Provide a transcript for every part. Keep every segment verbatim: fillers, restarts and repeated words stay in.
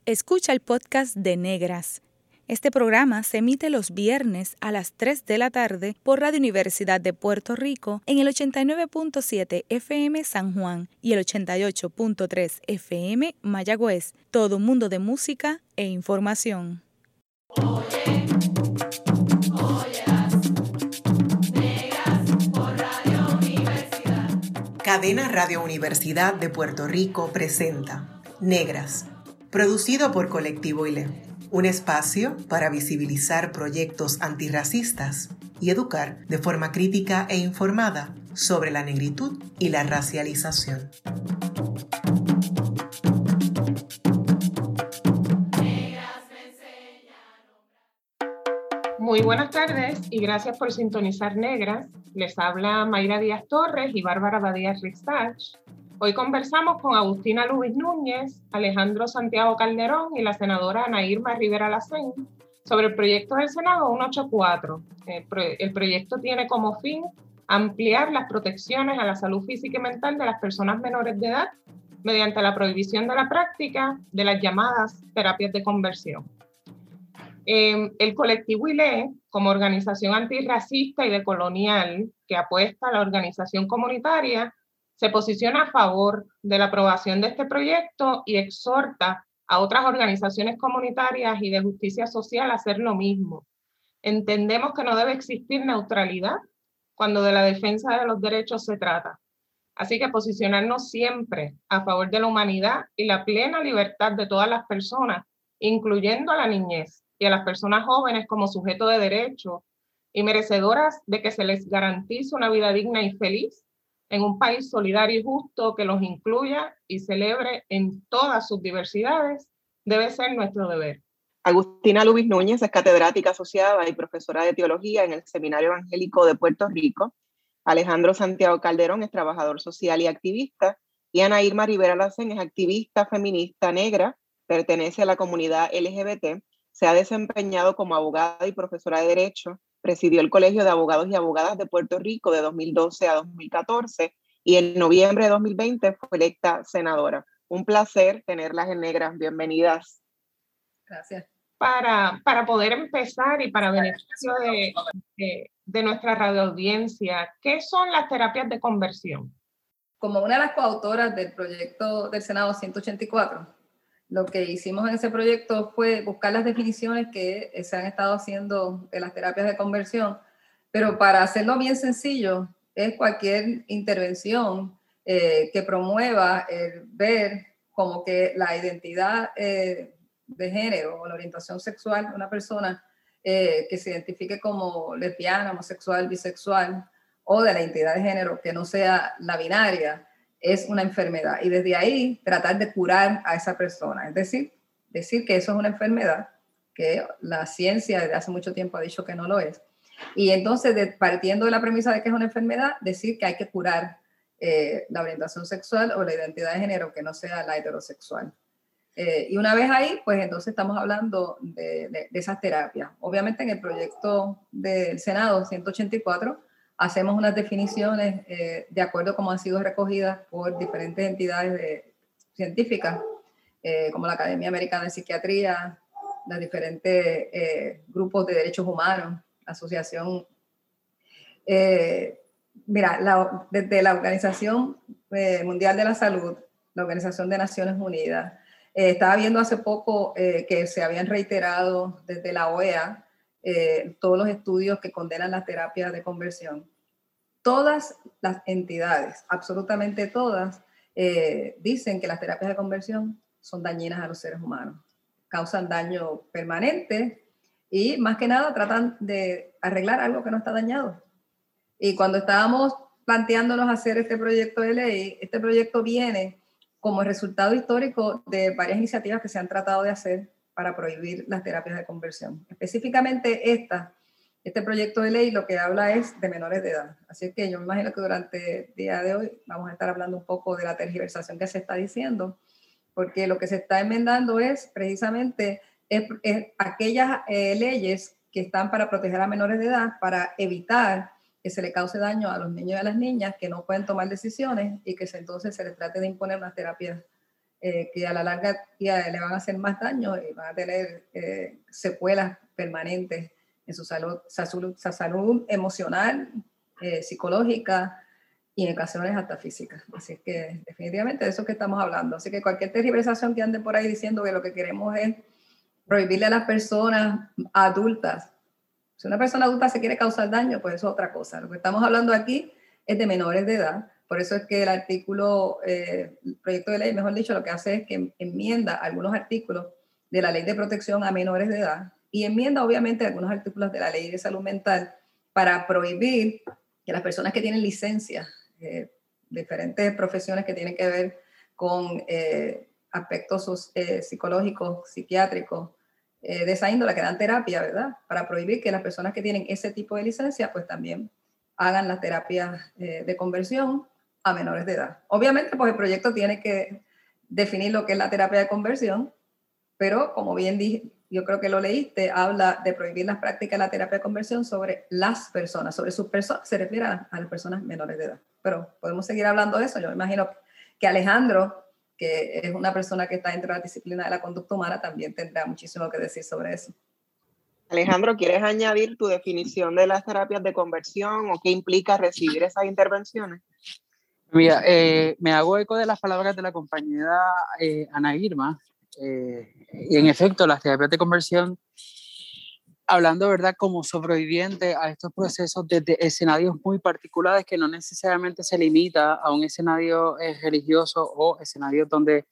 Escucha el podcast de Negras. Este programa se emite los viernes a las tres de la tarde por Radio Universidad de Puerto Rico en el ochenta y nueve punto siete F M San Juan y el ochenta y ocho punto tres F M Mayagüez. Todo un mundo de música e información. Oye, óyelas, Negras por Radio Universidad. Cadena Radio Universidad de Puerto Rico presenta Negras, producido por Colectivo I L E, un espacio para visibilizar proyectos antirracistas y educar de forma crítica e informada sobre la negritud y la racialización. Muy buenas tardes y gracias por sintonizar Negras. Les habla Mayra Díaz Torres y Bárbara Badía Rixach. Hoy conversamos con Agustina Lubis Núñez, Alejandro Santiago Calderón y la senadora Ana Irma Rivera Lacén sobre el proyecto del Senado ciento ochenta y cuatro. El, pro el proyecto tiene como fin ampliar las protecciones a la salud física y mental de las personas menores de edad mediante la prohibición de la práctica de las llamadas terapias de conversión. Eh, el colectivo I L E, como organización antirracista y decolonial que apuesta a la organización comunitaria, se posiciona a favor de la aprobación de este proyecto y exhorta a otras organizaciones comunitarias y de justicia social a hacer lo mismo. Entendemos que no debe existir neutralidad cuando de la defensa de los derechos se trata. Así que posicionarnos siempre a favor de la humanidad y la plena libertad de todas las personas, incluyendo a la niñez y a las personas jóvenes como sujeto de derecho y merecedoras de que se les garantice una vida digna y feliz en un país solidario y justo que los incluya y celebre en todas sus diversidades, debe ser nuestro deber. Agustina Lubis Núñez es catedrática asociada y profesora de teología en el Seminario Evangélico de Puerto Rico. Alejandro Santiago Calderón es trabajador social y activista. Y Ana Irma Rivera Lacén es activista feminista negra, pertenece a la comunidad L G B T, se ha desempeñado como abogada y profesora de Derecho, presidió el Colegio de Abogados y Abogadas de Puerto Rico de dos mil doce a dos mil catorce y en noviembre de dos mil veinte fue electa senadora. Un placer tenerlas en Negras. Bienvenidas. Gracias. Para, para poder empezar y para beneficio de, de, de nuestra radioaudiencia, ¿qué son las terapias de conversión? Como una de las coautoras del proyecto del Senado ciento ochenta y cuatro, lo que hicimos en ese proyecto fue buscar las definiciones que se han estado haciendo de las terapias de conversión, pero para hacerlo bien sencillo, es cualquier intervención eh, que promueva el ver como que la identidad eh, de género o la orientación sexual de una persona eh, que se identifique como lesbiana, homosexual, bisexual o de la identidad de género que no sea la binaria, es una enfermedad, y desde ahí tratar de curar a esa persona, es decir, decir que eso es una enfermedad, que la ciencia desde hace mucho tiempo ha dicho que no lo es, y entonces de, partiendo de la premisa de que es una enfermedad, decir que hay que curar eh, la orientación sexual o la identidad de género que no sea la heterosexual. Eh, y una vez ahí, pues entonces estamos hablando de, de, de esas terapias. Obviamente en el proyecto del Senado ciento ochenta y cuatro, hacemos unas definiciones eh, de acuerdo a cómo han sido recogidas por diferentes entidades de, científicas, eh, como la Academia Americana de Psiquiatría, los diferentes eh, grupos de derechos humanos, la asociación. Eh, mira, la, desde la Organización eh, Mundial de la Salud, la Organización de Naciones Unidas, eh, estaba viendo hace poco eh, que se habían reiterado desde la O E A Eh, todos los estudios que condenan las terapias de conversión. Todas las entidades, absolutamente todas, eh, dicen que las terapias de conversión son dañinas a los seres humanos, causan daño permanente y más que nada tratan de arreglar algo que no está dañado. Y cuando estábamos planteándonos hacer este proyecto de ley, este proyecto viene como resultado histórico de varias iniciativas que se han tratado de hacer para prohibir las terapias de conversión. Específicamente esta, este proyecto de ley lo que habla es de menores de edad. Así que yo me imagino que durante el día de hoy vamos a estar hablando un poco de la tergiversación que se está diciendo, porque lo que se está enmendando es precisamente es, es aquellas eh, leyes que están para proteger a menores de edad, para evitar que se le cause daño a los niños y a las niñas que no pueden tomar decisiones y que se, entonces se les trate de imponer unas terapias eh, que a la larga ya le van a hacer más daño y van a tener eh, secuelas permanentes en su salud, su salud, su salud emocional, eh, psicológica y en ocasiones hasta física. Así que definitivamente de eso que estamos hablando. Así que cualquier tergiversación que ande por ahí diciendo que lo que queremos es prohibirle a las personas adultas. Si una persona adulta se quiere causar daño, pues eso es otra cosa. Lo que estamos hablando aquí es de menores de edad. Por eso es que el artículo, eh, el proyecto de ley, mejor dicho, lo que hace es que enmienda algunos artículos de la Ley de Protección a Menores de Edad y enmienda obviamente algunos artículos de la Ley de Salud Mental para prohibir que las personas que tienen licencia, eh, diferentes profesiones que tienen que ver con eh, aspectos eh, psicológicos, psiquiátricos, eh, de esa índole que dan terapia, ¿verdad? Para prohibir que las personas que tienen ese tipo de licencia pues también hagan las terapias eh, de conversión a menores de edad. Obviamente, pues el proyecto tiene que definir lo que es la terapia de conversión, pero como bien dije, yo creo que lo leíste, habla de prohibir las prácticas de la terapia de conversión sobre las personas, sobre sus personas, se refiere a, a las personas menores de edad. Pero podemos seguir hablando de eso. Yo me imagino que Alejandro, que es una persona que está dentro de la disciplina de la conducta humana, también tendrá muchísimo que decir sobre eso. Alejandro, ¿quieres añadir tu definición de las terapias de conversión o qué implica recibir esas intervenciones? Mira, eh, me hago eco de las palabras de la compañera eh, Ana Irma. Eh, y en efecto, las terapias de conversión, hablando, ¿verdad?, como sobreviviente a estos procesos desde escenarios muy particulares que no necesariamente se limita a un escenario eh, religioso o escenarios donde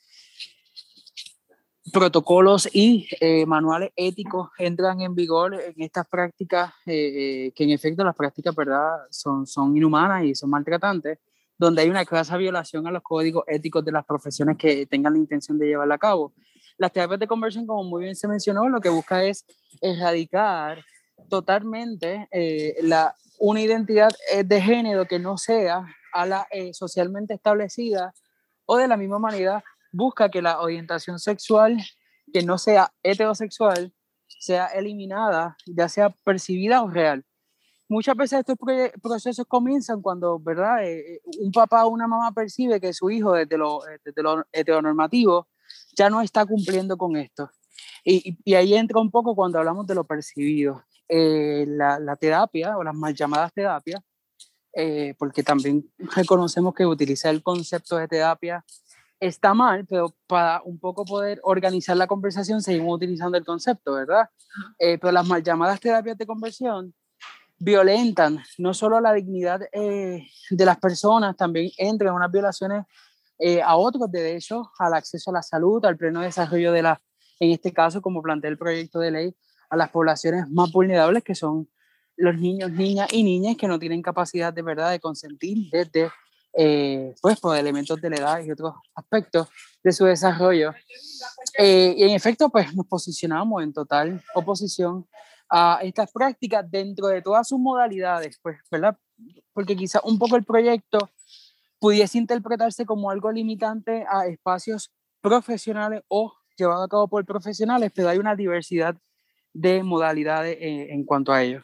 protocolos y eh, manuales éticos entran en vigor en estas prácticas, eh, eh, que en efecto las prácticas, ¿verdad?, son, son inhumanas y son maltratantes, donde hay una clara violación a los códigos éticos de las profesiones que tengan la intención de llevarla a cabo. Las terapias de conversión, como muy bien se mencionó, lo que busca es erradicar totalmente eh, la, una identidad eh, de género que no sea a la eh, socialmente establecida, o de la misma manera busca que la orientación sexual que no sea heterosexual sea eliminada, ya sea percibida o real. Muchas veces estos procesos comienzan cuando, ¿verdad?, eh, un papá o una mamá percibe que su hijo desde lo, desde lo heteronormativo ya no está cumpliendo con esto. Y, y ahí entra un poco cuando hablamos de lo percibido. Eh, la, la terapia o las mal llamadas terapias, eh, porque también reconocemos que utilizar el concepto de terapia está mal, pero para un poco poder organizar la conversación seguimos utilizando el concepto, ¿verdad? Eh, pero las mal llamadas terapias de conversión violentan no solo la dignidad eh, de las personas, también entran en unas violaciones eh, a otros derechos, al acceso a la salud, al pleno desarrollo de la, en este caso, como plantea el proyecto de ley, a las poblaciones más vulnerables, que son los niños, niñas y niñas que no tienen capacidad de verdad de consentir desde, eh, pues, por elementos de la edad y otros aspectos de su desarrollo. Eh, y en efecto, pues nos posicionamos en total oposición a estas prácticas dentro de todas sus modalidades, pues, ¿verdad? Porque quizá un poco el proyecto pudiese interpretarse como algo limitante a espacios profesionales o llevado a cabo por profesionales, pero hay una diversidad de modalidades en, en cuanto a ello.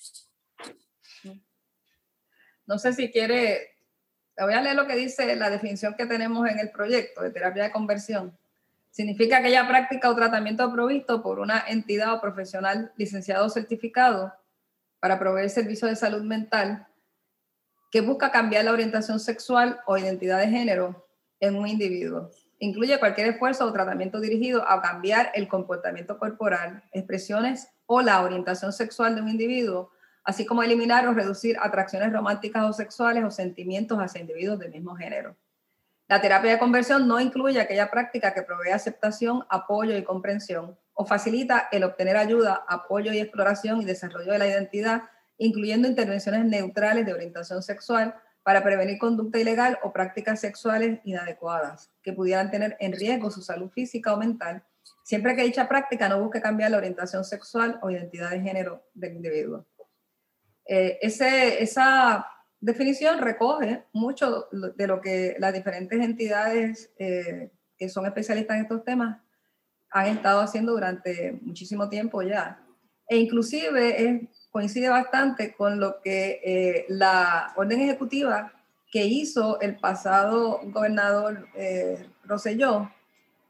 No sé si quiere, te voy a leer lo que dice la definición que tenemos en el proyecto de terapia de conversión. Significa aquella práctica o tratamiento provisto por una entidad o profesional licenciado o certificado para proveer servicios de salud mental que busca cambiar la orientación sexual o identidad de género en un individuo. Incluye cualquier esfuerzo o tratamiento dirigido a cambiar el comportamiento corporal, expresiones o la orientación sexual de un individuo, así como eliminar o reducir atracciones románticas o sexuales o sentimientos hacia individuos del mismo género. La terapia de conversión no incluye aquella práctica que provee aceptación, apoyo y comprensión o facilita el obtener ayuda, apoyo y exploración y desarrollo de la identidad, incluyendo intervenciones neutrales de orientación sexual para prevenir conducta ilegal o prácticas sexuales inadecuadas que pudieran tener en riesgo su salud física o mental, siempre que dicha práctica no busque cambiar la orientación sexual o identidad de género del individuo. Eh, ese, esa definición recoge mucho de lo que las diferentes entidades eh, que son especialistas en estos temas han estado haciendo durante muchísimo tiempo ya. E inclusive es, coincide bastante con lo que eh, la orden ejecutiva que hizo el pasado gobernador eh, Rosselló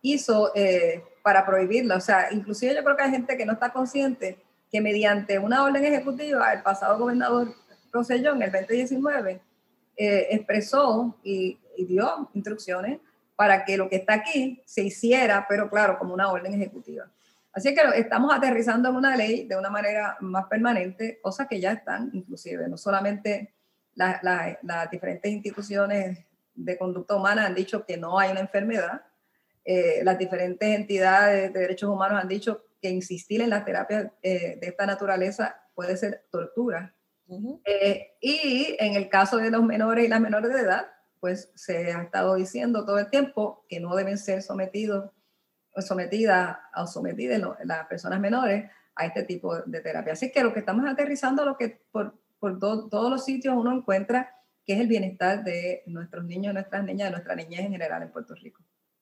hizo eh, para prohibirla. O sea, inclusive yo creo que hay gente que no está consciente que mediante una orden ejecutiva, el pasado gobernador Rosselló en el veinte diecinueve eh, expresó y, y dio instrucciones para que lo que está aquí se hiciera, pero claro, como una orden ejecutiva. Así que estamos aterrizando en una ley de una manera más permanente, cosas que ya están inclusive, no solamente las la, la diferentes instituciones de conducta humana han dicho que no hay una enfermedad, eh, las diferentes entidades de derechos humanos han dicho que insistir en las terapias eh, de esta naturaleza puede ser tortura. Uh-huh. eh, y en el caso de los menores y las menores de edad, pues se ha estado diciendo todo el tiempo que no deben ser sometidos o sometidas o sometidas las personas menores a este tipo de terapia. Así que lo que estamos aterrizando, lo que por, por do, todos los sitios uno encuentra que es el bienestar de nuestros niños, nuestras niñas, de nuestra niñez en general en Puerto Rico.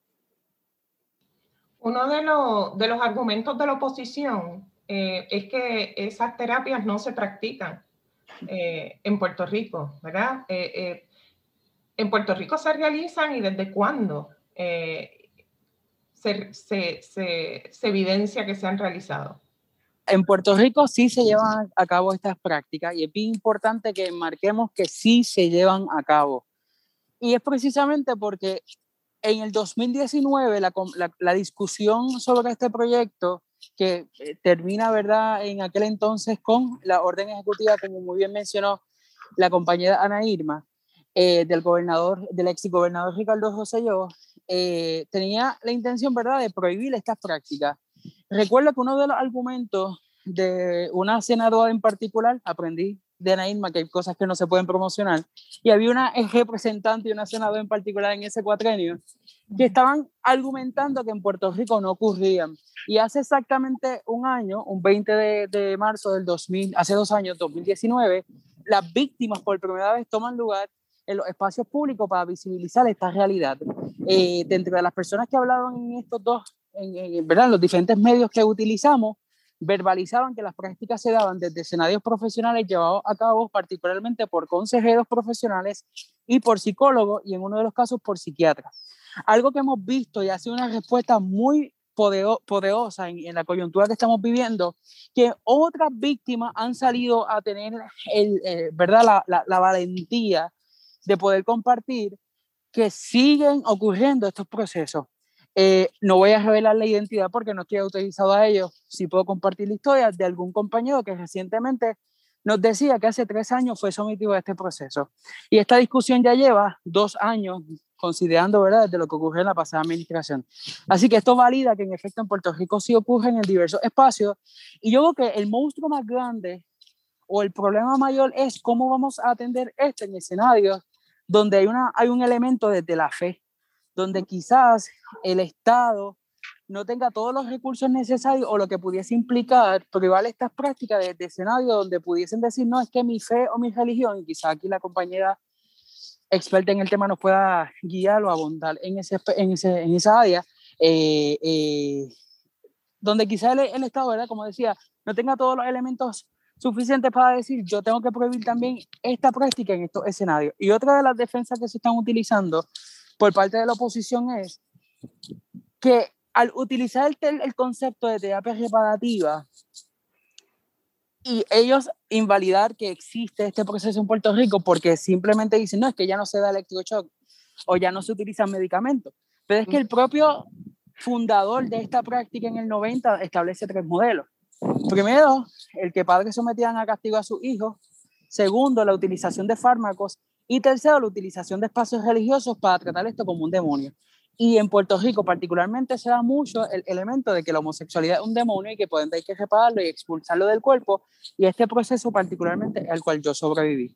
Uno de, lo, de los argumentos de la oposición eh, es que esas terapias no se practican eh, en Puerto Rico, ¿verdad? Eh, eh, en Puerto Rico se realizan y desde cuándo eh, se, se, se, se evidencia que se han realizado. En Puerto Rico sí se llevan a cabo estas prácticas y es bien importante que marquemos que sí se llevan a cabo. Y es precisamente porque en el dos mil diecinueve la, la, la discusión sobre este proyecto que eh, termina, ¿verdad?, en aquel entonces con la orden ejecutiva, como muy bien mencionó la compañera Ana Irma, eh, del gobernador, del ex gobernador Ricardo Rosselló, eh, tenía la intención, ¿verdad?, de prohibir estas prácticas. Recuerdo que uno de los argumentos de una senadora en particular, aprendí de Ana Irma que hay cosas que no se pueden promocionar, y había una representante y una senadora en particular en ese cuatrenio que estaban argumentando que en Puerto Rico no ocurrían. Y hace exactamente un año, un veinte de marzo del dos mil, hace dos años, dos mil diecinueve, las víctimas por primera vez toman lugar en los espacios públicos para visibilizar esta realidad. Eh, dentro de las personas que hablaban en estos dos, en, en, ¿verdad?, los diferentes medios que utilizamos, verbalizaban que las prácticas se daban desde escenarios profesionales llevados a cabo particularmente por consejeros profesionales y por psicólogos, y en uno de los casos por psiquiatras. Algo que hemos visto y ha sido una respuesta muy poderosa en, en la coyuntura que estamos viviendo, que otras víctimas han salido a tener el, eh, ¿verdad?, la, la, la valentía de poder compartir que siguen ocurriendo estos procesos. Eh, no voy a revelar la identidad porque no estoy autorizado a ello. Sí puedo compartir la historia de algún compañero que recientemente nos decía que hace tres años fue sometido a este proceso. Y esta discusión ya lleva dos años, considerando, ¿verdad?, desde lo que ocurrió en la pasada administración. Así que esto valida que en efecto en Puerto Rico sí ocurre en diversos espacios. Y yo creo que el monstruo más grande o el problema mayor es cómo vamos a atender esto en escenarios donde hay, una, hay un elemento desde la fe, donde quizás el Estado no tenga todos los recursos necesarios o lo que pudiese implicar privar estas prácticas de, de escenarios donde pudiesen decir, no, es que mi fe o mi religión, y quizás aquí la compañera experta en el tema nos pueda guiar o abundar en, ese, en, ese, en esa área, eh, eh, donde quizás el, el Estado, ¿verdad?, como decía, no tenga todos los elementos suficientes para decir, yo tengo que prohibir también esta práctica en estos escenarios. Y otra de las defensas que se están utilizando por parte de la oposición es que al utilizar el, el concepto de terapia reparativa y ellos invalidar que existe este proceso en Puerto Rico porque simplemente dicen, no, es que ya no se da electroshock o ya no se utilizan medicamentos. Pero es que el propio fundador de esta práctica en el noventa establece tres modelos. Primero, el que padres sometían a castigo a sus hijos. Segundo, la utilización de fármacos. Y tercero, la utilización de espacios religiosos para tratar esto como un demonio. Y en Puerto Rico particularmente se da mucho el elemento de que la homosexualidad es un demonio y que pueden hay que repararlo y expulsarlo del cuerpo. Y este proceso particularmente al cual yo sobreviví.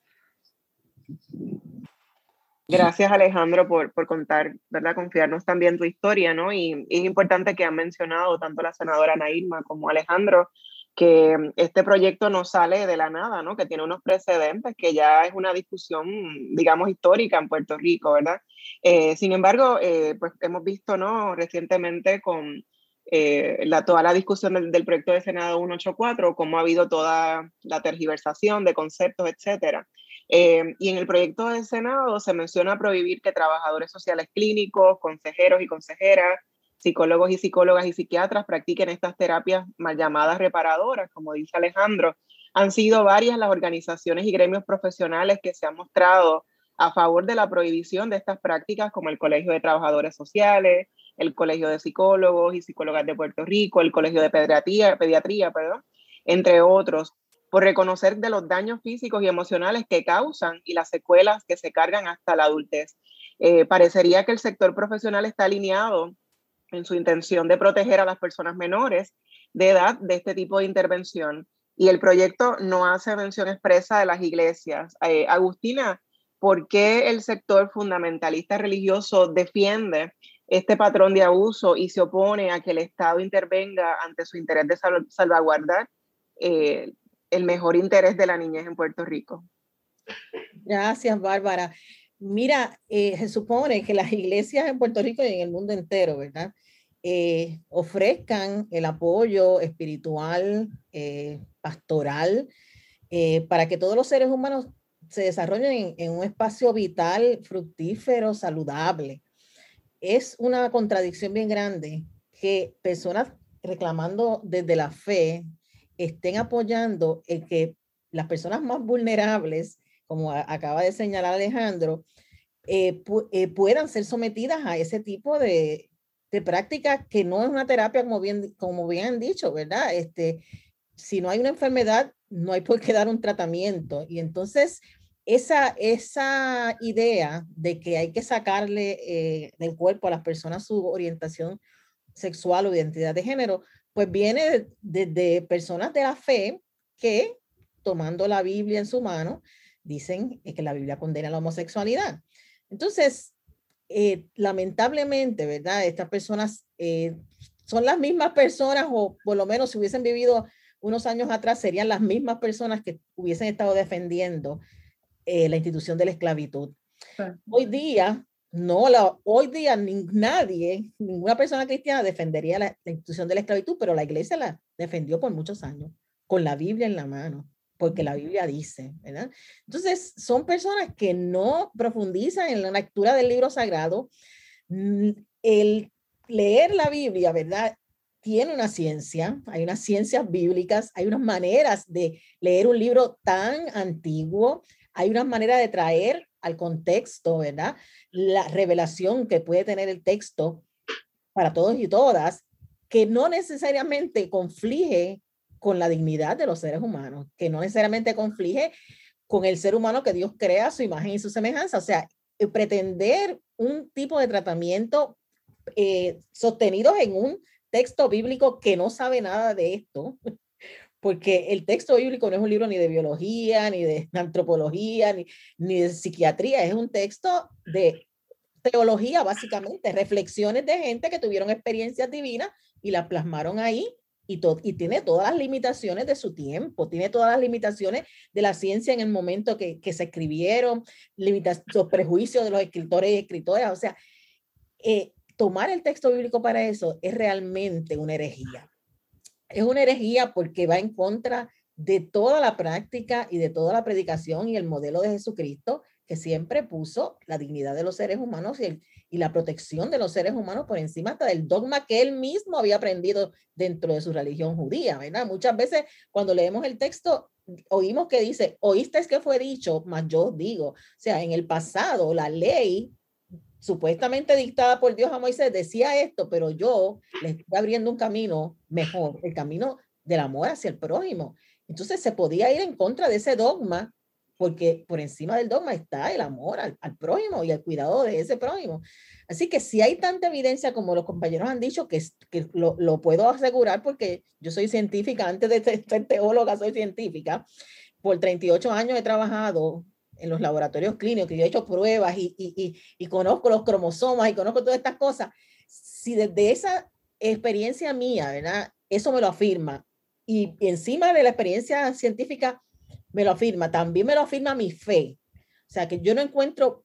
Gracias, Alejandro, por, por contar, ¿verdad?, confiarnos también tu historia, ¿no? Y, y es importante que han mencionado tanto la senadora Ana Irma como Alejandro que este proyecto no sale de la nada, ¿no?, que tiene unos precedentes, que ya es una discusión, digamos, histórica en Puerto Rico, ¿verdad? Eh, sin embargo, eh, pues hemos visto, ¿no?, recientemente con eh, la, toda la discusión del, del proyecto de Senado ciento ochenta y cuatro, cómo ha habido toda la tergiversación de conceptos, etcétera. Eh, y en el proyecto del Senado se menciona prohibir que trabajadores sociales clínicos, consejeros y consejeras, psicólogos y psicólogas y psiquiatras practiquen estas terapias mal llamadas reparadoras, como dice Alejandro. Han sido varias las organizaciones y gremios profesionales que se han mostrado a favor de la prohibición de estas prácticas, como el Colegio de Trabajadores Sociales, el Colegio de Psicólogos y Psicólogas de Puerto Rico, el Colegio de Pediatría, Pediatría, perdón, entre otros, por reconocer de los daños físicos y emocionales que causan y las secuelas que se cargan hasta la adultez. Eh, parecería que el sector profesional está alineado en su intención de proteger a las personas menores de edad de este tipo de intervención. Y el proyecto no hace mención expresa de las iglesias. Eh, Agustina, ¿por qué el sector fundamentalista religioso defiende este patrón de abuso y se opone a que el Estado intervenga ante su interés de sal salvaguardar eh, el mejor interés de la niñez en Puerto Rico? Gracias, Bárbara. Mira, eh, se supone que las iglesias en Puerto Rico y en el mundo entero, ¿verdad? Eh, ofrezcan el apoyo espiritual, eh, pastoral, eh, para que todos los seres humanos se desarrollen en, en un espacio vital, fructífero, saludable. Es una contradicción bien grande que personas reclamando desde la fe estén apoyando el que las personas más vulnerables, como a, acaba de señalar Alejandro, eh, pu eh, puedan ser sometidas a ese tipo de, de práctica que no es una terapia, como bien, como bien han dicho, ¿verdad? Este, si no hay una enfermedad, no hay por qué dar un tratamiento. Y entonces, esa, esa idea de que hay que sacarle eh, del cuerpo a las personas su orientación sexual o identidad de género, pues viene desde de, de personas de la fe que, tomando la Biblia en su mano, dicen que la Biblia condena la homosexualidad. Entonces, eh, lamentablemente, ¿verdad? Estas personas eh, son las mismas personas, o por lo menos si hubiesen vivido unos años atrás, serían las mismas personas que hubiesen estado defendiendo eh, la institución de la esclavitud. Sí. Hoy día, no, la, hoy día ni, nadie, ninguna persona cristiana defendería la, la institución de la esclavitud, pero la iglesia la defendió por muchos años, con la Biblia en la mano, porque la Biblia dice, ¿verdad? Entonces, son personas que no profundizan en la lectura del libro sagrado. El leer la Biblia, ¿verdad? Tiene una ciencia, hay unas ciencias bíblicas, hay unas maneras de leer un libro tan antiguo, hay unas maneras de traer al contexto, ¿verdad? La revelación que puede tener el texto para todos y todas, que no necesariamente conflige con la dignidad de los seres humanos, que no necesariamente conflige con el ser humano que Dios crea a su imagen y su semejanza. O sea, pretender un tipo de tratamiento eh, sostenido en un texto bíblico que no sabe nada de esto, porque el texto bíblico no es un libro ni de biología, ni de antropología, ni, ni de psiquiatría, es un texto de teología, básicamente, reflexiones de gente que tuvieron experiencias divinas y las plasmaron ahí, y, to y tiene todas las limitaciones de su tiempo, tiene todas las limitaciones de la ciencia en el momento que, que se escribieron, los prejuicios de los escritores y escritoras, o sea, eh, tomar el texto bíblico para eso es realmente una herejía. Es una herejía porque va en contra de toda la práctica y de toda la predicación y el modelo de Jesucristo, que siempre puso la dignidad de los seres humanos y, el, y la protección de los seres humanos por encima hasta del dogma que él mismo había aprendido dentro de su religión judía, ¿verdad? Muchas veces cuando leemos el texto oímos que dice, oísteis que fue dicho, mas yo os digo. O sea, en el pasado la ley supuestamente dictada por Dios a Moisés decía esto, pero yo le estoy abriendo un camino mejor, el camino del amor hacia el prójimo. Entonces se podía ir en contra de ese dogma, porque por encima del dogma está el amor al, al prójimo y el cuidado de ese prójimo. Así que si hay tanta evidencia como los compañeros han dicho, que, que lo, lo puedo asegurar porque yo soy científica, antes de ser teóloga soy científica, por treinta y ocho años he trabajado en los laboratorios clínicos, que yo he hecho pruebas y, y, y, y conozco los cromosomas y conozco todas estas cosas. Si desde esa experiencia mía, ¿verdad? Eso me lo afirma, y encima de la experiencia científica me lo afirma, también me lo afirma mi fe. O sea, que yo no encuentro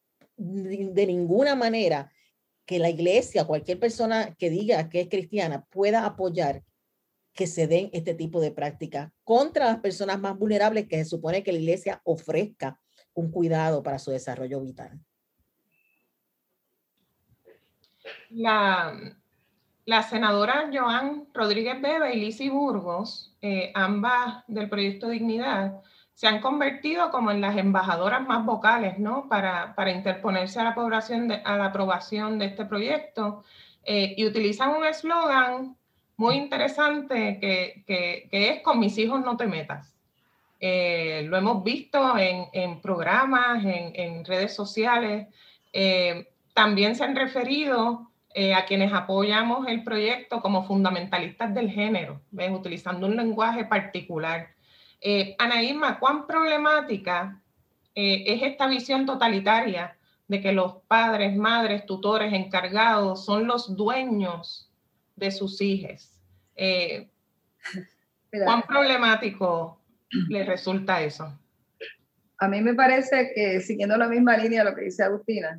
de ninguna manera que la iglesia, cualquier persona que diga que es cristiana, pueda apoyar que se den este tipo de prácticas contra las personas más vulnerables que se supone que la iglesia ofrezca un cuidado para su desarrollo vital. La, las senadoras Joan Rodríguez Bebe y Lizy Burgos, eh, ambas del Proyecto Dignidad, se han convertido como en las embajadoras más vocales, ¿no? Para, para interponerse a la, población de, a la aprobación de este proyecto, eh, y utilizan un eslogan muy interesante que, que, que es "con mis hijos no te metas". Eh, lo hemos visto en, en programas, en, en redes sociales. Eh, también se han referido eh, a quienes apoyamos el proyecto como fundamentalistas del género, ¿ves? Utilizando un lenguaje particular. Eh, Ana Irma, ¿cuán problemática eh, es esta visión totalitaria de que los padres, madres, tutores, encargados son los dueños de sus hijos? Eh, ¿Cuán problemático les resulta eso? A mí me parece que, siguiendo la misma línea de lo que dice Agustina,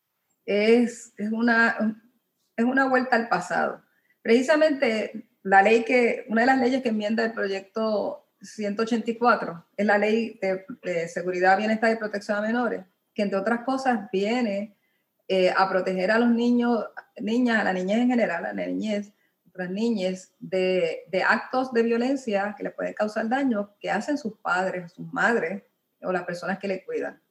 es, es, una, es una vuelta al pasado. Precisamente la ley que, una de las leyes que enmienda el proyecto ciento ochenta y cuatro es la ley de, de seguridad, bienestar y protección a menores, que entre otras cosas viene eh, a proteger a los niños, niñas, a la niñez en general, a la niñez, otras niñas, de, de actos de violencia que les pueden causar daño que hacen sus padres, sus madres o las personas que les cuidan.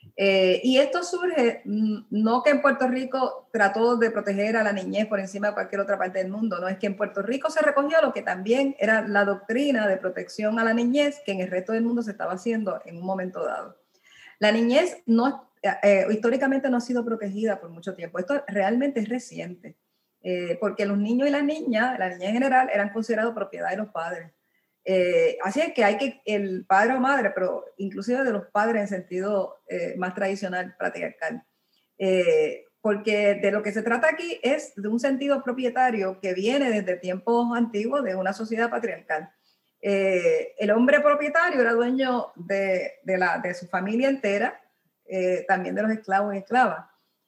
Eh, y esto surge, no que en Puerto Rico trató de proteger a la niñez por encima de cualquier otra parte del mundo, no, es que en Puerto Rico se recogió lo que también era la doctrina de protección a la niñez que en el resto del mundo se estaba haciendo en un momento dado. La niñez no, eh, históricamente no ha sido protegida por mucho tiempo, esto realmente es reciente, eh, porque los niños y las niñas, la niñez en general, eran considerados propiedad de los padres. Eh, así es que hay que, el padre o madre, pero inclusive de los padres en sentido eh, más tradicional, patriarcal, eh, porque de lo que se trata aquí es de un sentido propietario que viene desde tiempos antiguos de una sociedad patriarcal. Eh, el hombre propietario era dueño de, de, la, de su familia entera, eh, también de los esclavos y esclavas,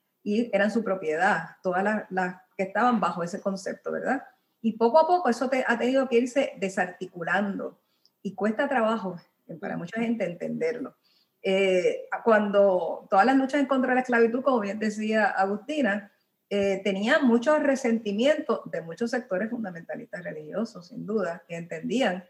y eran su propiedad, todas las, las que estaban bajo ese concepto, ¿verdad? Y poco a poco eso te, ha tenido que irse desarticulando y cuesta trabajo para mucha gente entenderlo. Eh, cuando todas las luchas en contra de la esclavitud, como bien decía Agustina, eh, tenían mucho resentimiento de muchos sectores fundamentalistas religiosos, sin duda, que entendían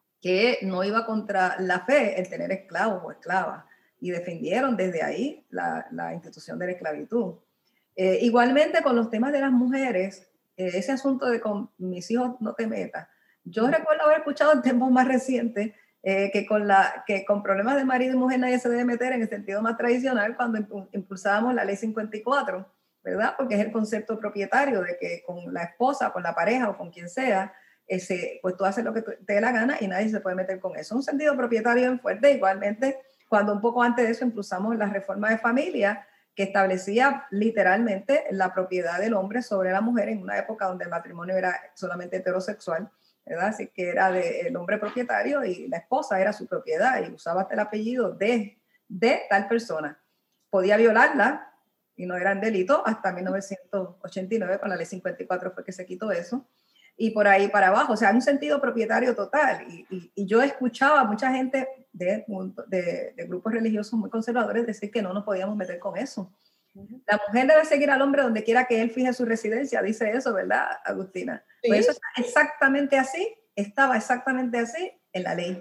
que no iba contra la fe el tener esclavos o esclavas y defendieron desde ahí la, la institución de la esclavitud. Eh, igualmente con los temas de las mujeres, ese asunto de con mis hijos no te metas. Yo recuerdo haber escuchado en tiempos más recientes eh, que, con la, que con problemas de marido y mujer nadie se debe meter en el sentido más tradicional cuando impulsábamos la ley cincuenta y cuatro, ¿verdad? Porque es el concepto propietario de que con la esposa, con la pareja o con quien sea, ese, pues tú haces lo que te dé la gana y nadie se puede meter con eso. Un sentido propietario en fuerte. Igualmente, cuando un poco antes de eso impulsamos la reforma de familia, que establecía literalmente la propiedad del hombre sobre la mujer en una época donde el matrimonio era solamente heterosexual, ¿verdad? Así que era del hombre propietario y la esposa era su propiedad y usaba hasta el apellido de, de tal persona. Podía violarla y no eran delitos hasta mil novecientos ochenta y nueve, con la ley cincuenta y cuatro fue que se quitó eso. Y por ahí para abajo, o sea, un sentido propietario total. Y, y, y yo escuchaba a mucha gente de, de, de grupos religiosos muy conservadores decir que no nos podíamos meter con eso. La mujer debe seguir al hombre donde quiera que él fije su residencia, dice eso, ¿verdad, Agustina? ¿Sí? Pues eso está exactamente así, estaba exactamente así en la ley.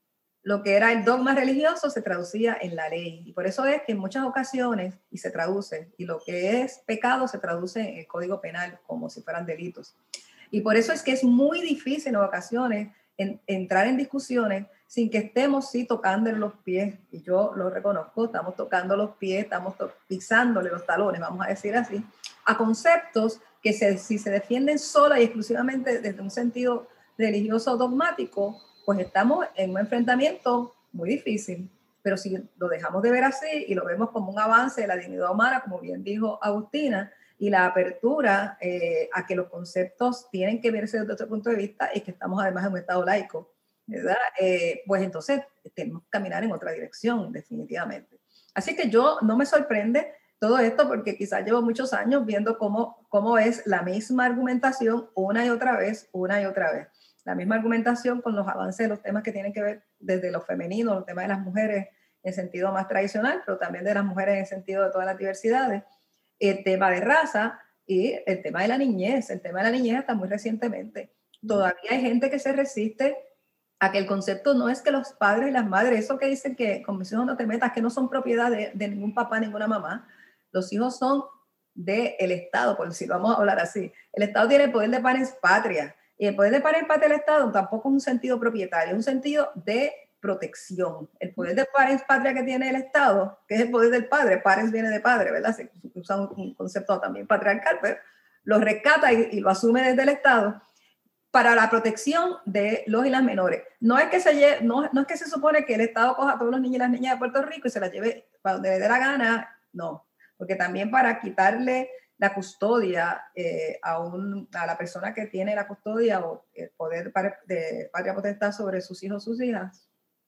Lo que era el dogma religioso se traducía en la ley. Y por eso es que en muchas ocasiones, y se traduce, y lo que es pecado se traduce en el Código Penal como si fueran delitos. Y por eso es que es muy difícil en ocasiones en, entrar en discusiones sin que estemos sí tocando los pies, y yo lo reconozco, estamos tocando los pies, estamos pisándole los talones, vamos a decir así, a conceptos que se, si se defienden sola y exclusivamente desde un sentido religioso dogmático, pues estamos en un enfrentamiento muy difícil. Pero si lo dejamos de ver así y lo vemos como un avance de la dignidad humana, como bien dijo Agustina, y la apertura eh, a que los conceptos tienen que verse desde otro punto de vista y que estamos además en un estado laico, ¿verdad? Eh, pues entonces tenemos que caminar en otra dirección, definitivamente. Así que yo no me sorprende todo esto porque quizás llevo muchos años viendo cómo, cómo es la misma argumentación una y otra vez, una y otra vez. La misma argumentación con los avances de los temas que tienen que ver desde lo femenino, los temas de las mujeres en sentido más tradicional, pero también de las mujeres en sentido de todas las diversidades. El tema de raza, Y el tema de la niñez, el tema de la niñez hasta muy recientemente. Todavía hay gente que se resiste a que el concepto no es que los padres y las madres, eso que dicen que con mis hijos no te metas, que no son propiedad de, de ningún papá, ninguna mamá. Los hijos son del Estado, por decirlo, vamos a hablar así. El Estado tiene el poder de parens patria. Y el poder de parens patria del Estado tampoco es un sentido propietario, es un sentido de protección. El poder de parens patria que tiene el Estado, que es el poder del padre, parens viene de padre, ¿verdad? Se usa un concepto también patriarcal, pero lo rescata y, y lo asume desde el Estado para la protección de los y las menores. No es que se lleve, no, no es que se supone que el Estado coja a todos los niños y las niñas de Puerto Rico y se las lleve para donde le dé la gana, no, porque también para quitarle la custodia eh, a, un, a la persona que tiene la custodia o el poder de patria potestad sobre sus hijos o sus hijas,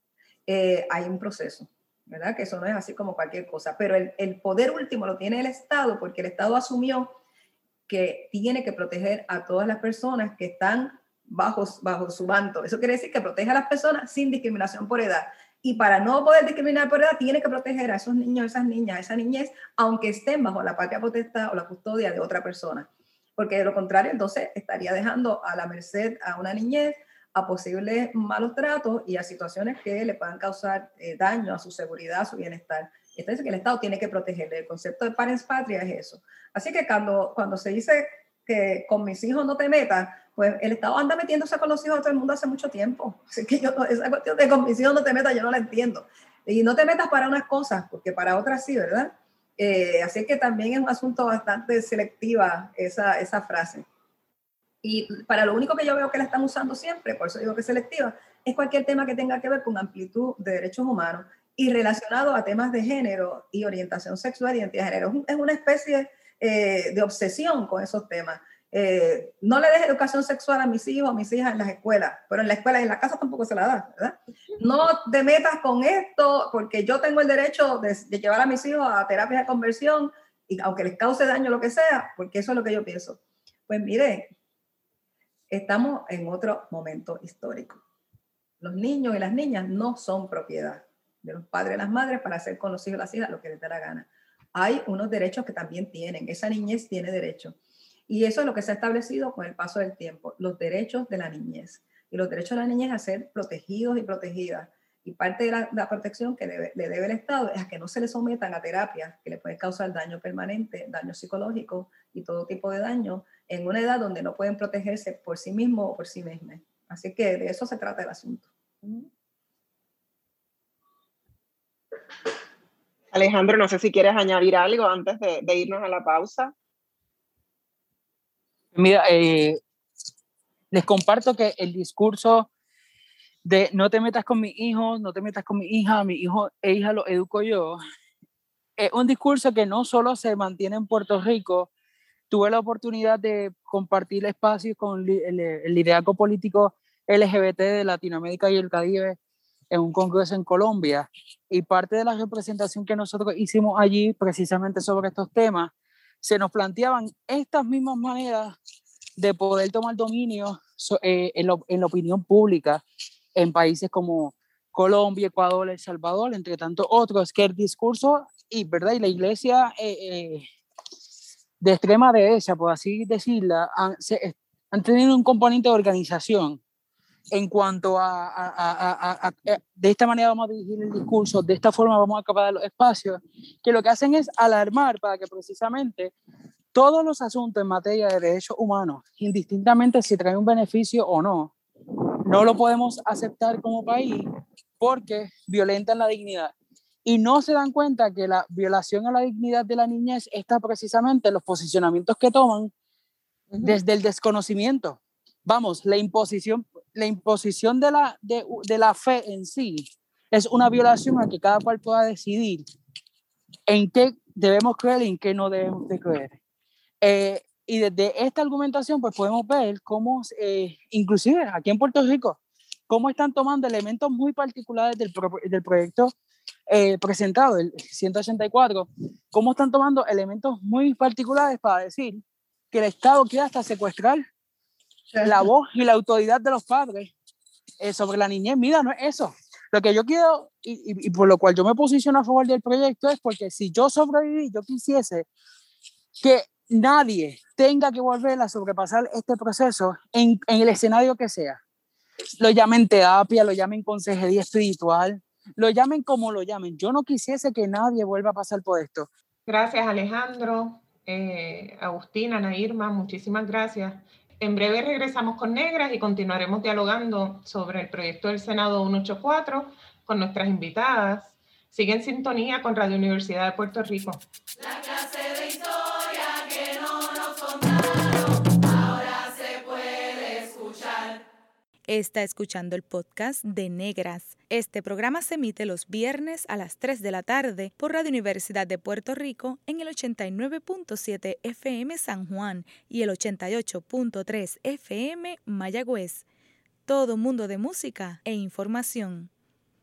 eh, hay un proceso, ¿verdad? Que eso no es así como cualquier cosa, pero el, el poder último lo tiene el Estado porque el Estado asumió que tiene que proteger a todas las personas que están bajo, bajo su manto. Eso quiere decir que protege a las personas sin discriminación por edad. Y para no poder discriminar por edad, tiene que proteger a esos niños, esas niñas, a esa niñez, aunque estén bajo la patria potestad o la custodia de otra persona. Porque de lo contrario, entonces estaría dejando a la merced a una niñez, a posibles malos tratos y a situaciones que le puedan causar eh, daño a su seguridad, a su bienestar. Entonces, que el Estado tiene que protegerle. El concepto de parens patria es eso. Así que cuando, cuando se dice que con mis hijos no te metas, pues el Estado anda metiéndose con los hijos de todo el mundo hace mucho tiempo. Así que yo, esa cuestión de con mis hijos no te metas, yo no la entiendo. Y no te metas para unas cosas, porque para otras sí, ¿verdad? Eh, así que también es un asunto bastante selectiva esa, esa frase. Y para lo único que yo veo que la están usando siempre, por eso digo que es selectiva, es cualquier tema que tenga que ver con amplitud de derechos humanos y relacionado a temas de género y orientación sexual y identidad de género. Es una especie eh, de obsesión con esos temas. Eh, no le des educación sexual a mis hijos o mis hijas en las escuelas, pero en la escuela y en la casa tampoco se la da, ¿verdad? No te metas con esto porque yo tengo el derecho de, de llevar a mis hijos a terapias de conversión, y aunque les cause daño lo que sea, porque eso es lo que yo pienso. Pues mire, estamos en otro momento histórico. Los niños y las niñas no son propiedad de los padres y las madres para hacer con los hijos y las hijas lo que les dé la gana. Hay unos derechos que también tienen, esa niñez tiene derechos. Y eso es lo que se ha establecido con el paso del tiempo, los derechos de la niñez. Y los derechos de la niñez a ser protegidos y protegidas. Y parte de la, la protección que debe, le debe el Estado es a que no se le sometan a terapias que le pueden causar daño permanente, daño psicológico y todo tipo de daño en una edad donde no pueden protegerse por sí mismos o por sí mismas. Así que de eso se trata el asunto. Alejandro, no sé si quieres añadir algo antes de, de irnos a la pausa. Mira, eh, les comparto que el discurso de no te metas con mis hijos, no te metas con mi hija, mi hijo e hija lo educo yo, es un discurso que no solo se mantiene en Puerto Rico. Tuve la oportunidad de compartir espacios con el, el liderazgo político L G B T de Latinoamérica y el Caribe en un congreso en Colombia, y parte de la representación que nosotros hicimos allí precisamente sobre estos temas, se nos planteaban estas mismas maneras de poder tomar dominio eh, en, lo, en la opinión pública en países como Colombia, Ecuador, El Salvador, entre tantos otros, que el discurso y, ¿verdad? y la iglesia eh, eh, de extrema derecha, por así decirla, han, se, han tenido un componente de organización en cuanto a, a, a, a, a, de esta manera vamos a dirigir el discurso, de esta forma vamos a acaparar los espacios, que lo que hacen es alarmar para que precisamente todos los asuntos en materia de derechos humanos, indistintamente si traen un beneficio o no, no lo podemos aceptar como país porque violentan la dignidad. Y no se dan cuenta que la violación a la dignidad de la niñez está precisamente en los posicionamientos que toman uh-huh. desde el desconocimiento. Vamos, la imposición, la imposición de la, de, de la fe en sí es una violación a que cada cual pueda decidir en qué debemos creer y en qué no debemos de creer. Eh, y desde esta argumentación pues podemos ver cómo, eh, inclusive aquí en Puerto Rico, cómo están tomando elementos muy particulares del, pro, del proyecto eh, presentado, el ciento ochenta y cuatro, cómo están tomando elementos muy particulares para decir que el Estado quiere hasta secuestrar la voz y la autoridad de los padres eh, sobre la niñez. Mira, no es eso. Lo que yo quiero, y, y, y por lo cual yo me posiciono a favor del proyecto, es porque si yo sobreviví, yo quisiese que nadie tenga que volver a sobrepasar este proceso en, en el escenario que sea. Lo llamen terapia, lo llamen consejería espiritual, lo llamen como lo llamen. Yo no quisiese que nadie vuelva a pasar por esto. Gracias, Alejandro, eh, Agustina, Ana Irma, muchísimas gracias. En breve regresamos con Negras y continuaremos dialogando sobre el proyecto del Senado ciento ochenta y cuatro con nuestras invitadas. Sigue en sintonía con Radio Universidad de Puerto Rico. La clase de historia que no nos contaron, ahora se puede escuchar. Está escuchando el podcast de Negras. Este programa se emite los viernes a las tres de la tarde por Radio Universidad de Puerto Rico en el ochenta y nueve punto siete F M San Juan y el ochenta y ocho punto tres F M Mayagüez. Todo mundo de música e información.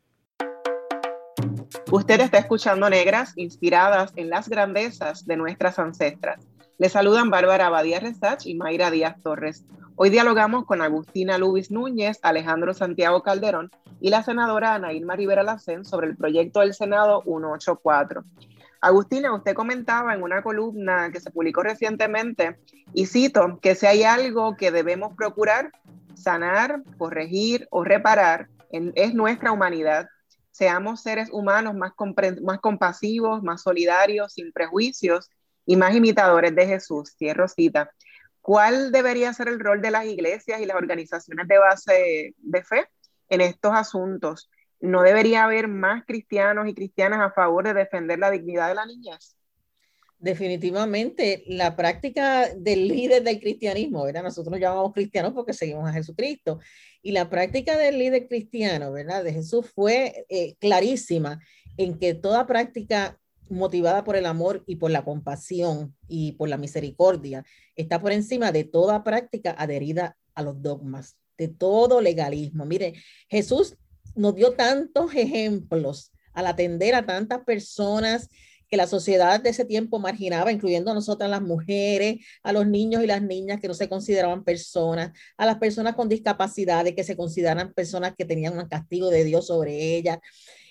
Usted está escuchando Negras, inspiradas en las grandezas de nuestras ancestras. Les saludan Bárbara Abadía Resach y Mayra Díaz Torres. Hoy dialogamos con Agustina Lubis Núñez, Alejandro Santiago Calderón y la senadora Ana Irma Rivera Lacén sobre el proyecto del Senado ciento ochenta y cuatro. Agustina, usted comentaba en una columna que se publicó recientemente, y cito, que si hay algo que debemos procurar, sanar, corregir o reparar, en, es nuestra humanidad. Seamos seres humanos más, más compasivos, más solidarios, sin prejuicios y más imitadores de Jesús. Cierro cita. ¿Cuál debería ser el rol de las iglesias y las organizaciones de base de fe en estos asuntos? ¿No debería haber más cristianos y cristianas a favor de defender la dignidad de la niñez? Definitivamente, la práctica del líder del cristianismo, ¿verdad? Nosotros nos llamamos cristianos porque seguimos a Jesucristo. Y la práctica del líder cristiano, ¿verdad? De Jesús fue eh, clarísima en que toda práctica motivada por el amor y por la compasión y por la misericordia está por encima de toda práctica adherida a los dogmas, de todo legalismo. Mire, Jesús nos dio tantos ejemplos al atender a tantas personas que la sociedad de ese tiempo marginaba, incluyendo a nosotras las mujeres, a los niños y las niñas que no se consideraban personas, a las personas con discapacidades que se consideran personas que tenían un castigo de Dios sobre ellas.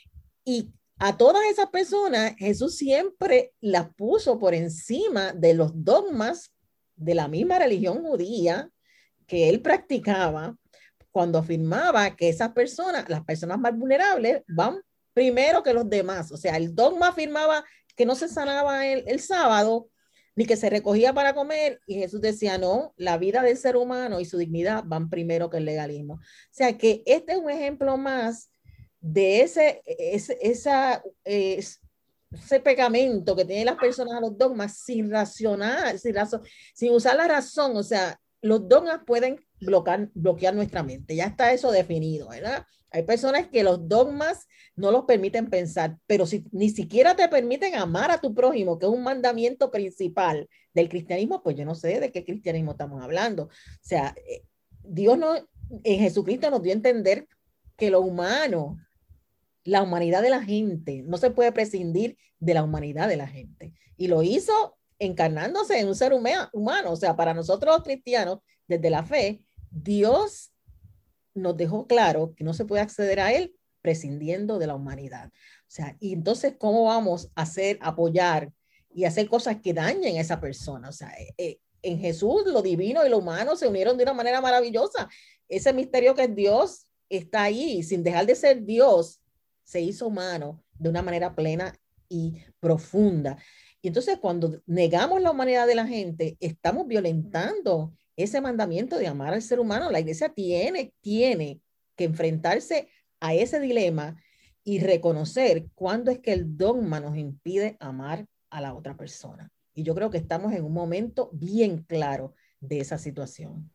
Y a todas esas personas, Jesús siempre las puso por encima de los dogmas de la misma religión judía que él practicaba, cuando afirmaba que esas personas, las personas más vulnerables, van primero que los demás. O sea, el dogma afirmaba que no se sanaba el, el sábado, ni que se recogía para comer, y Jesús decía, no, la vida del ser humano y su dignidad van primero que el legalismo. O sea, que este es un ejemplo más de ese, ese, esa, eh, ese pegamento que tienen las personas a los dogmas sin racionar, sin, razón, sin usar la razón. O sea, los dogmas pueden bloquear, bloquear nuestra mente, ya está eso definido, ¿verdad? Hay personas que los dogmas no los permiten pensar, pero si ni siquiera te permiten amar a tu prójimo, que es un mandamiento principal del cristianismo, pues yo no sé de qué cristianismo estamos hablando. O sea, Dios no, en Jesucristo nos dio a entender que lo humano, la humanidad de la gente, no se puede prescindir de la humanidad de la gente. Y lo hizo encarnándose en un ser humano. O sea, para nosotros los cristianos, desde la fe, Dios nos dejó claro que no se puede acceder a él prescindiendo de la humanidad. O sea, y entonces, ¿cómo vamos a hacer, apoyar y hacer cosas que dañen a esa persona? O sea, eh, en Jesús lo divino y lo humano se unieron de una manera maravillosa. Ese misterio que es Dios está ahí, sin dejar de ser Dios, se hizo humano de una manera plena y profunda. Y entonces, cuando negamos la humanidad de la gente, estamos violentando ese mandamiento de amar al ser humano. La iglesia tiene, tiene que enfrentarse a ese dilema y reconocer cuándo es que el dogma nos impide amar a la otra persona. Y yo creo que estamos en un momento bien claro de esa situación.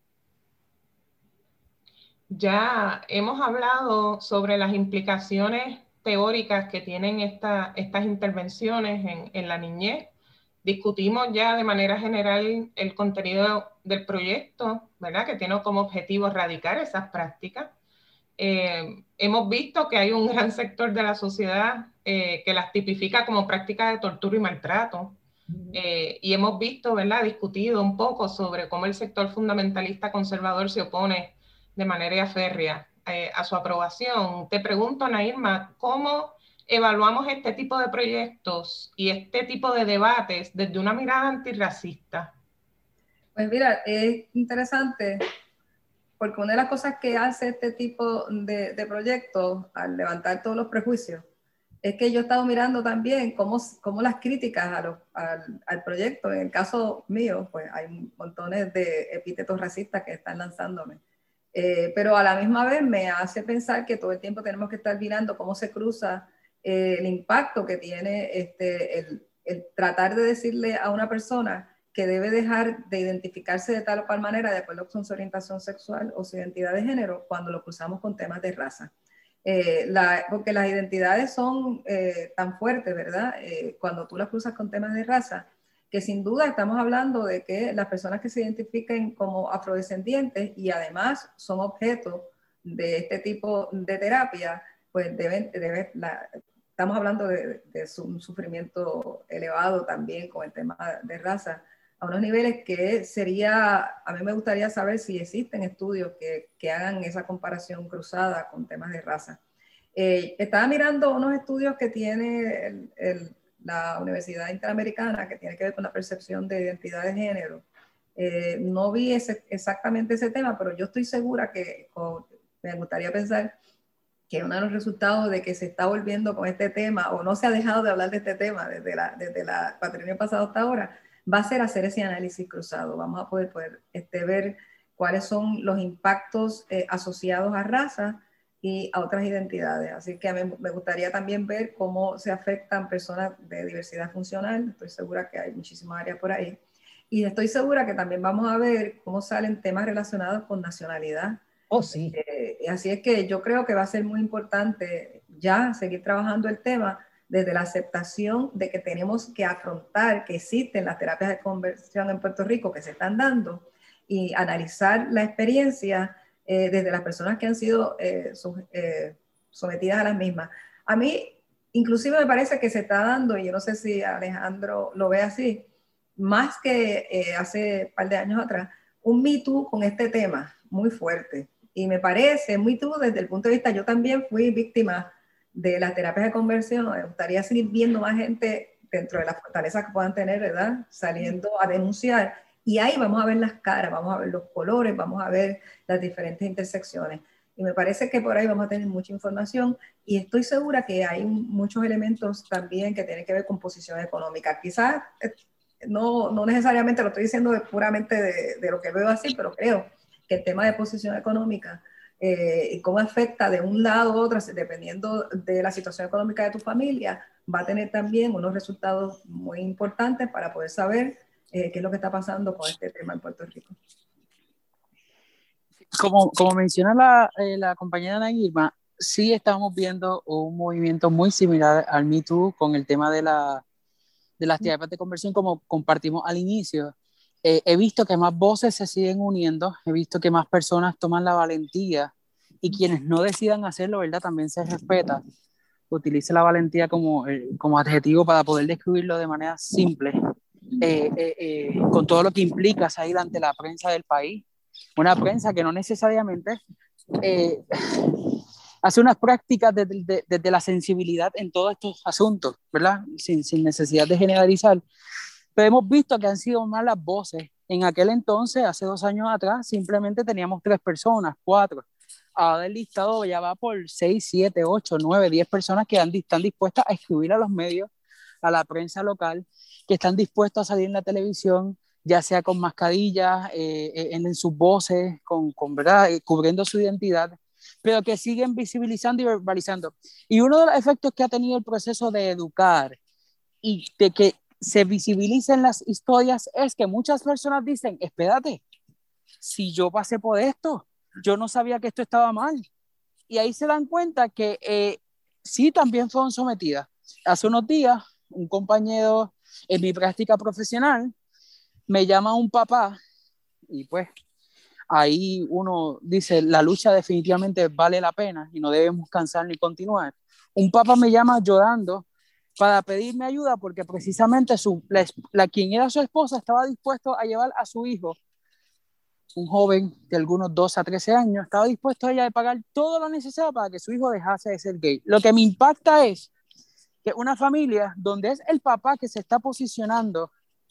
Ya hemos hablado sobre las implicaciones teóricas que tienen esta, estas intervenciones en, en la niñez. Discutimos ya de manera general el contenido del proyecto, ¿verdad? Que tiene como objetivo erradicar esas prácticas. Eh, hemos visto que hay un gran sector de la sociedad eh, que las tipifica como prácticas de tortura y maltrato. Eh, y hemos visto, ¿verdad? Discutido un poco sobre cómo el sector fundamentalista conservador se opone de manera férrea eh, a su aprobación. Te pregunto, Ana Irma, ¿cómo evaluamos este tipo de proyectos y este tipo de debates desde una mirada antirracista? Pues mira, es interesante porque una de las cosas que hace este tipo de, de proyectos al levantar todos los prejuicios es que yo he estado mirando también cómo, cómo las críticas a los, al, al proyecto, en el caso mío, pues hay montones de epítetos racistas que están lanzándome. Eh, pero a la misma vez me hace pensar que todo el tiempo tenemos que estar mirando cómo se cruza eh, el impacto que tiene este, el, el tratar de decirle a una persona que debe dejar de identificarse de tal o cual manera de acuerdo con su orientación sexual o su identidad de género cuando lo cruzamos con temas de raza. Eh, la, porque las identidades son eh, tan fuertes, ¿verdad? Eh, cuando tú las cruzas con temas de raza, que sin duda estamos hablando de que las personas que se identifiquen como afrodescendientes y además son objeto de este tipo de terapia, pues deben, deben la, estamos hablando de, de un sufrimiento elevado también con el tema de raza, a unos niveles que sería, a mí me gustaría saber si existen estudios que, que hagan esa comparación cruzada con temas de raza. Eh, estaba mirando unos estudios que tiene el, el, la Universidad Interamericana que tiene que ver con la percepción de identidad de género. Eh, no vi ese, exactamente ese tema, pero yo estoy segura que con, me gustaría pensar que uno de los resultados de que se está volviendo con este tema o no se ha dejado de hablar de este tema desde la, desde la cuatrienio pasado hasta ahora, va a ser hacer ese análisis cruzado. Vamos a poder, poder este, ver cuáles son los impactos eh, asociados a raza y a otras identidades. Así que a mí me gustaría también ver cómo se afectan personas de diversidad funcional. Estoy segura que hay muchísimas áreas por ahí. Y estoy segura que también vamos a ver cómo salen temas relacionados con nacionalidad. Oh, sí. Eh, así es que yo creo que va a ser muy importante ya seguir trabajando el tema desde la aceptación de que tenemos que afrontar que existen las terapias de conversión en Puerto Rico que se están dando y analizar la experiencia eh, desde las personas que han sido eh, su, eh, sometidas a las mismas. A mí, inclusive me parece que se está dando, y yo no sé si Alejandro lo ve así, más que eh, hace un par de años atrás, un Me Too con este tema muy fuerte. Y me parece muy tú desde el punto de vista, yo también fui víctima de las terapias de conversión. Me gustaría seguir viendo más gente dentro de las fortalezas que puedan tener, ¿verdad? Saliendo a denunciar. Y ahí vamos a ver las caras, vamos a ver los colores, vamos a ver las diferentes intersecciones. Y me parece que por ahí vamos a tener mucha información y estoy segura que hay muchos elementos también que tienen que ver con posición económica. Quizás no, no necesariamente lo estoy diciendo de, puramente de, de lo que veo así, pero creo que el tema de posición económica eh, y cómo afecta de un lado u otro, dependiendo de la situación económica de tu familia, va a tener también unos resultados muy importantes para poder saber eh, qué es lo que está pasando con este tema en Puerto Rico. Como, como menciona la, eh, la compañera Ana Irma, sí estamos viendo un movimiento muy similar al Me Too con el tema de, la, de las terapias de conversión, como compartimos al inicio. Eh, he visto que más voces se siguen uniendo, he visto que más personas toman la valentía y quienes no decidan hacerlo, ¿verdad? También se respeta. Utilice la valentía como, eh, como adjetivo para poder describirlo de manera simple, eh, eh, eh, con todo lo que implica salir ante la prensa del país. Una prensa que no necesariamente eh, hace unas prácticas desde, de, desde la sensibilidad en todos estos asuntos, ¿verdad? Sin, sin necesidad de generalizar. Pero hemos visto que han sido más las voces. En aquel entonces, hace dos años atrás, simplemente teníamos tres personas, cuatro. Ahora el listado ya va por seis, siete, ocho, nueve, diez personas que han, están dispuestas a escribir a los medios, a la prensa local, que están dispuestos a salir en la televisión, ya sea con mascarillas, eh, en, en sus voces, con, con, ¿verdad? cubriendo su identidad, pero que siguen visibilizando y verbalizando. Y uno de los efectos que ha tenido el proceso de educar y de que se visibilicen las historias es que muchas personas dicen, espérate, si yo pasé por esto, yo no sabía que esto estaba mal. Y ahí se dan cuenta que eh, sí también fueron sometidas. Hace unos días, un compañero en mi práctica profesional me llama un papá y pues ahí uno dice, la lucha definitivamente vale la pena y no debemos cansar ni continuar. Un papá me llama llorando para pedirme ayuda porque precisamente su, la, la, quien era su esposa estaba dispuesto a llevar a su hijo, un joven de algunos doce a trece años, estaba dispuesto a ella a pagar todo lo necesario para que su hijo dejase de ser gay. Lo que me impacta es que es una familia donde es el papá que se está posicionando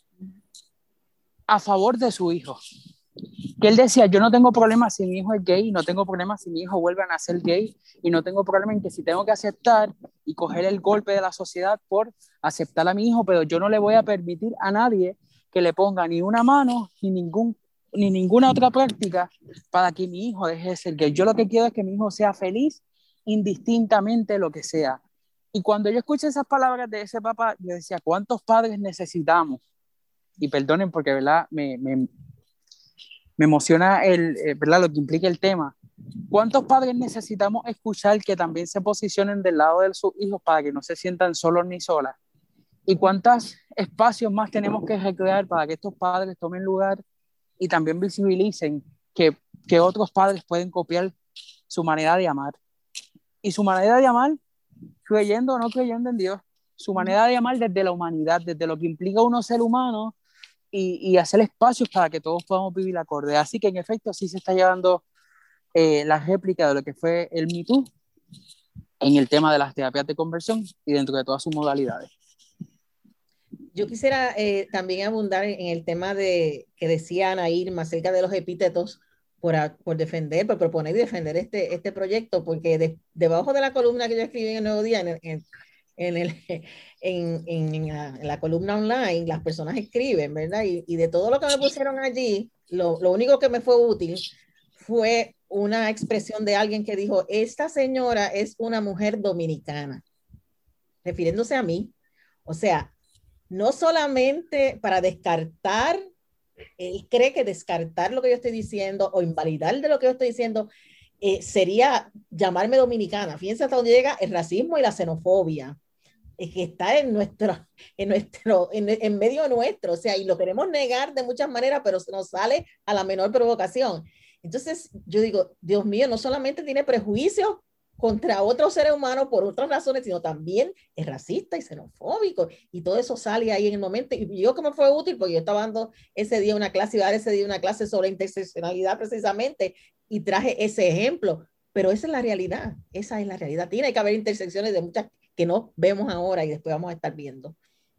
a favor de su hijo. Que él decía, yo no tengo problema si mi hijo es gay, no tengo problema si mi hijo vuelve a nacer gay, y no tengo problema en que si tengo que aceptar y coger el golpe de la sociedad por aceptar a mi hijo, pero yo no le voy a permitir a nadie que le ponga ni una mano ni, ningún, ni ninguna otra práctica para que mi hijo deje de ser gay. Yo lo que quiero es que mi hijo sea feliz indistintamente lo que sea. Y cuando yo escuché esas palabras de ese papá, yo decía, ¿cuántos padres necesitamos? Y perdonen porque, ¿verdad? Me, me, me emociona el, eh, ¿verdad? Lo que implica el tema. ¿Cuántos padres necesitamos escuchar que también se posicionen del lado de sus hijos para que no se sientan solos ni solas? ¿Y cuántos espacios más tenemos que recrear para que estos padres tomen lugar y también visibilicen que, que otros padres pueden copiar su manera de amar? Y su manera de amar, creyendo o no creyendo en Dios, su manera de amar desde la humanidad, desde lo que implica uno ser humano, y, y hacer espacios para que todos podamos vivir acorde. Así que en efecto sí se está llevando eh, la réplica de lo que fue el Me Too en el tema de las terapias de conversión y dentro de todas sus modalidades. Yo quisiera eh, también abundar en el tema de que decía Ana Irma acerca de los epítetos por, a, por defender, por proponer y defender este, este proyecto, porque de, debajo de la columna que yo escribí en el Nuevo Día, en, en, en, el, en, en, en, la, en la columna online, las personas escriben, ¿verdad? Y, y de todo lo que me pusieron allí, lo, lo único que me fue útil fue una expresión de alguien que dijo, esta señora es una mujer dominicana, refiriéndose a mí. O sea, no solamente para descartar, él cree que descartar lo que yo estoy diciendo o invalidar de lo que yo estoy diciendo eh, sería llamarme dominicana. Fíjense hasta dónde llega el racismo y la xenofobia, es que está en nuestro, en nuestro, en, en medio nuestro, o sea, y lo queremos negar de muchas maneras, pero se nos sale a la menor provocación. Entonces, yo digo, Dios mío, no solamente tiene prejuicios contra otros seres humanos por otras razones, sino también es racista y xenofóbico, y todo eso sale ahí en el momento. Y yo que me fue útil, porque yo estaba dando ese día una clase, iba a dar ese día una clase sobre interseccionalidad precisamente, y traje ese ejemplo, pero esa es la realidad, esa es la realidad. Tiene que haber intersecciones de muchas que no vemos ahora y después vamos a estar viendo.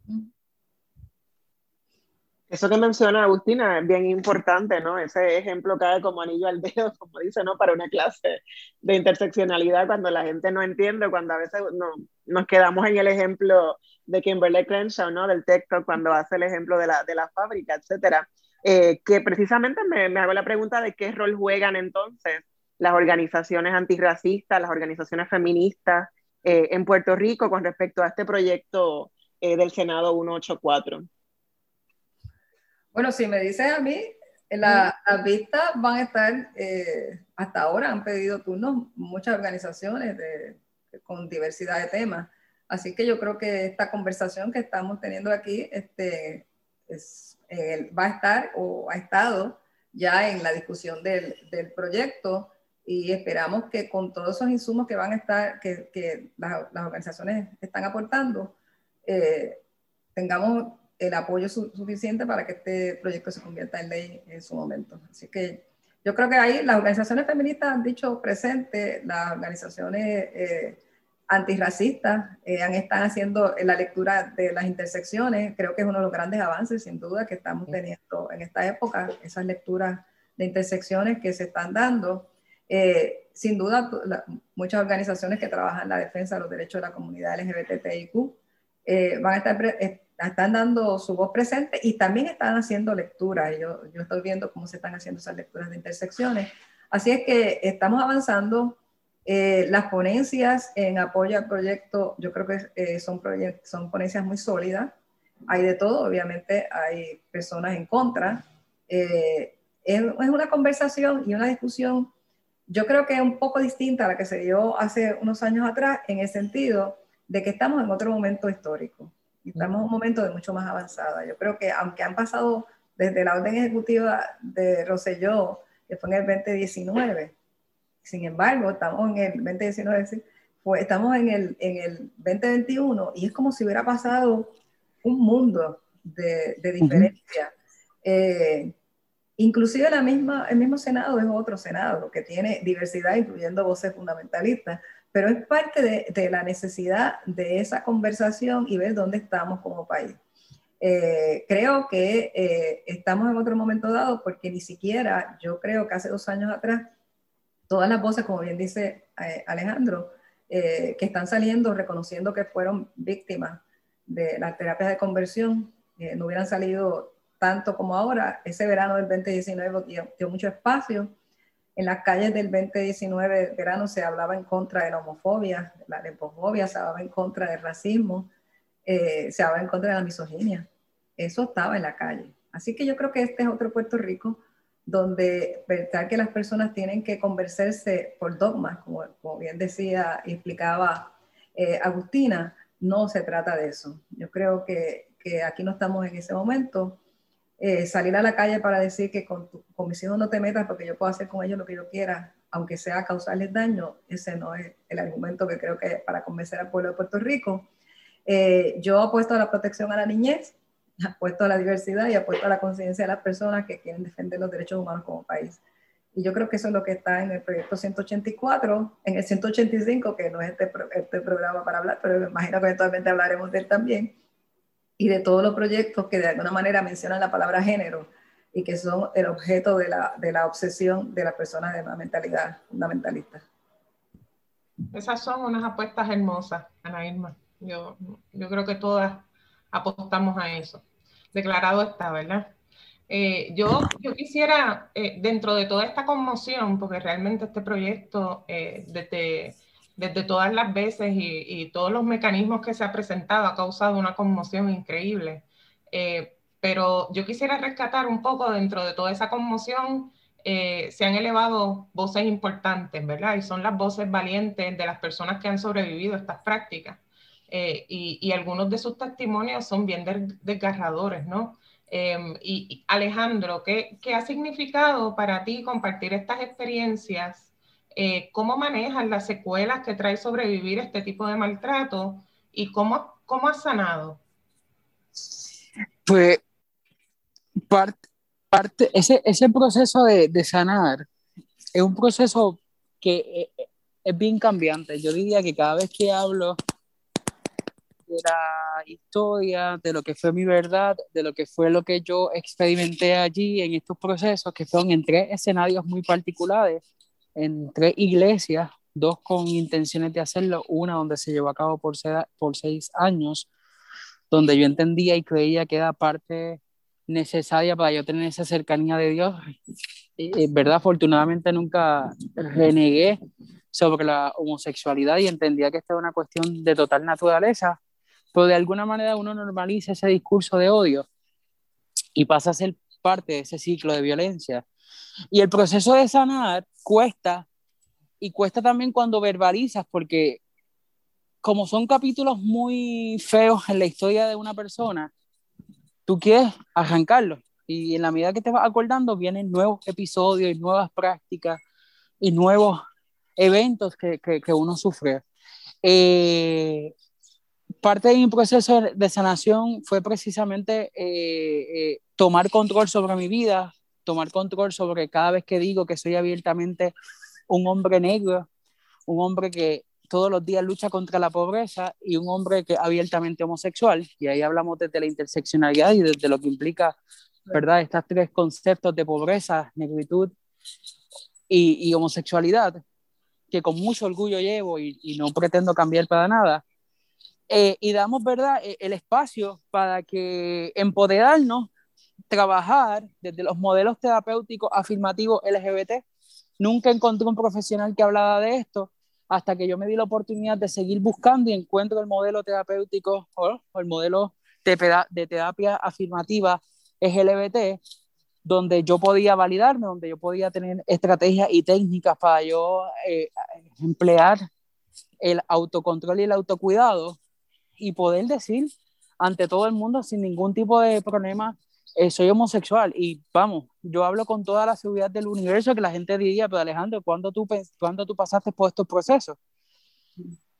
Eso que menciona Agustina es bien importante, ¿no? Ese ejemplo cae como anillo al dedo, como dice, ¿no? Para una clase de interseccionalidad, cuando la gente no entiende, cuando a veces no, nos quedamos en el ejemplo de Kimberly Crenshaw, ¿no? Del TikTok, cuando hace el ejemplo de la, de la fábrica, etcétera. Eh, que precisamente me, me hago la pregunta de qué rol juegan entonces las organizaciones antirracistas, las organizaciones feministas eh, en Puerto Rico con respecto a este proyecto eh, del Senado ciento ochenta y cuatro. Bueno, si me dices a mí, la, las vistas van a estar, eh, hasta ahora han pedido turnos muchas organizaciones de, de, con diversidad de temas. Así que yo creo que esta conversación que estamos teniendo aquí este, es, eh, va a estar o ha estado ya en la discusión del, del proyecto, y esperamos que con todos esos insumos que van a estar, que, que las, las organizaciones están aportando, eh, tengamos el apoyo su, suficiente para que este proyecto se convierta en ley en su momento. Así que yo creo que ahí las organizaciones feministas han dicho presente, las organizaciones eh, antirracistas eh, han estado haciendo la lectura de las intersecciones. Creo que es uno de los grandes avances, sin duda, que estamos teniendo en esta época, esas lecturas de intersecciones que se están dando. Eh, sin duda, la, muchas organizaciones que trabajan en la defensa de los derechos de la comunidad L G B T I Q eh, van a estar pre están dando su voz presente y también están haciendo lecturas. Yo, yo estoy viendo cómo se están haciendo esas lecturas de intersecciones. Así es que estamos avanzando. Eh, las ponencias en apoyo al proyecto, yo creo que eh, son, son ponencias muy sólidas. Hay de todo, obviamente hay personas en contra. Eh, es, es una conversación y una discusión, yo creo que es un poco distinta a la que se dio hace unos años atrás, en el sentido de que estamos en otro momento histórico. Estamos en un momento de mucho más avanzada. Yo creo que aunque han pasado desde la orden ejecutiva de Rosselló, que fue en el veinte diecinueve, sin embargo, estamos en el veinte diecinueve, pues estamos en el, en el veinte veintiuno y es como si hubiera pasado un mundo de, de diferencia. Uh-huh. eh, Inclusive la misma, el mismo Senado es otro Senado que tiene diversidad, incluyendo voces fundamentalistas, pero es parte de, de la necesidad de esa conversación y ver dónde estamos como país. Eh, creo que eh, estamos en otro momento dado porque ni siquiera, yo creo que hace dos años atrás, todas las voces, como bien dice eh, Alejandro, eh, que están saliendo reconociendo que fueron víctimas de las terapias de conversión, eh, no hubieran salido tanto como ahora. Ese verano del veinte diecinueve dio, dio mucho espacio. En las calles del veinte diecinueve verano se hablaba en contra de la homofobia, la lesbofobia, se hablaba en contra del racismo, eh, se hablaba en contra de la misoginia. Eso estaba en la calle. Así que yo creo que este es otro Puerto Rico donde pensar que las personas tienen que convencerse por dogmas, como, como bien decía y explicaba eh, Agustina, no se trata de eso. Yo creo que, que aquí no estamos en ese momento. Eh, salir a la calle para decir que con, tu, con mis hijos no te metas porque yo puedo hacer con ellos lo que yo quiera, aunque sea causarles daño, ese no es el argumento que creo que para convencer al pueblo de Puerto Rico. Eh, yo apuesto a la protección a la niñez, apuesto a la diversidad y apuesto a la conciencia de las personas que quieren defender los derechos humanos como país. Y yo creo que eso es lo que está en el proyecto ciento ochenta y cuatro, en el ciento ochenta y cinco, que no es este, este programa para hablar, pero me imagino que eventualmente hablaremos de él también, y de todos los proyectos que de alguna manera mencionan la palabra género y que son el objeto de la, de la obsesión de las personas de una mentalidad fundamentalista. Esas son unas apuestas hermosas, Ana Irma. Yo, yo creo que todas apostamos a eso. Declarado está, ¿verdad? Eh, yo, yo quisiera, eh, dentro de toda esta conmoción, porque realmente este proyecto, eh, desde, desde todas las veces y, y todos los mecanismos que se ha presentado, ha causado una conmoción increíble. Eh, pero yo quisiera rescatar un poco dentro de toda esa conmoción, eh, se han elevado voces importantes, ¿verdad? Y son las voces valientes de las personas que han sobrevivido a estas prácticas. Eh, y, y algunos de sus testimonios son bien desgarradores, ¿no? Eh, y, y Alejandro, ¿qué, ¿qué ha significado para ti compartir estas experiencias? Eh, ¿Cómo manejas las secuelas que trae sobrevivir este tipo de maltrato? ¿Y cómo, cómo has sanado? Pues parte, parte ese, ese proceso de, de sanar es un proceso que es, es bien cambiante. Yo diría que cada vez que hablo de la historia, de lo que fue mi verdad, de lo que fue lo que yo experimenté allí en estos procesos, que fueron en tres escenarios muy particulares, en tres iglesias, dos con intenciones de hacerlo, una donde se llevó a cabo por, se- por seis años, donde yo entendía y creía que era parte necesaria para yo tener esa cercanía de Dios. Y, verdad, afortunadamente nunca renegué sobre la homosexualidad y entendía que esta era una cuestión de total naturaleza, pero de alguna manera uno normaliza ese discurso de odio y pasa a ser parte de ese ciclo de violencia. Y el proceso de sanar cuesta, y cuesta también cuando verbalizas, porque como son capítulos muy feos en la historia de una persona, tú quieres arrancarlos, y en la medida que te vas acordando vienen nuevos episodios y nuevas prácticas y nuevos eventos que, que, que uno sufre. Eh, parte de mi proceso de sanación fue precisamente eh, eh, tomar control sobre mi vida, tomar control sobre cada vez que digo que soy abiertamente un hombre negro, un hombre que todos los días lucha contra la pobreza y un hombre que es abiertamente homosexual. Y ahí hablamos desde la interseccionalidad y desde lo que implica, ¿verdad?, estos tres conceptos de pobreza, negritud y, y homosexualidad, que con mucho orgullo llevo y, y no pretendo cambiar para nada. Eh, y damos, ¿verdad?, el espacio para que empoderarnos, trabajar desde los modelos terapéuticos afirmativos L G B T. Nunca encontré un profesional que hablara de esto hasta que yo me di la oportunidad de seguir buscando y encuentro el modelo terapéutico o, o el modelo de, de terapia afirmativa L G B T, donde yo podía validarme, donde yo podía tener estrategias y técnicas para yo eh, emplear el autocontrol y el autocuidado y poder decir ante todo el mundo sin ningún tipo de problema, eh, soy homosexual. Y vamos, yo hablo con toda la seguridad del universo que la gente diría, pero Alejandro, ¿cuándo tú, ¿cuándo tú pasaste por estos procesos?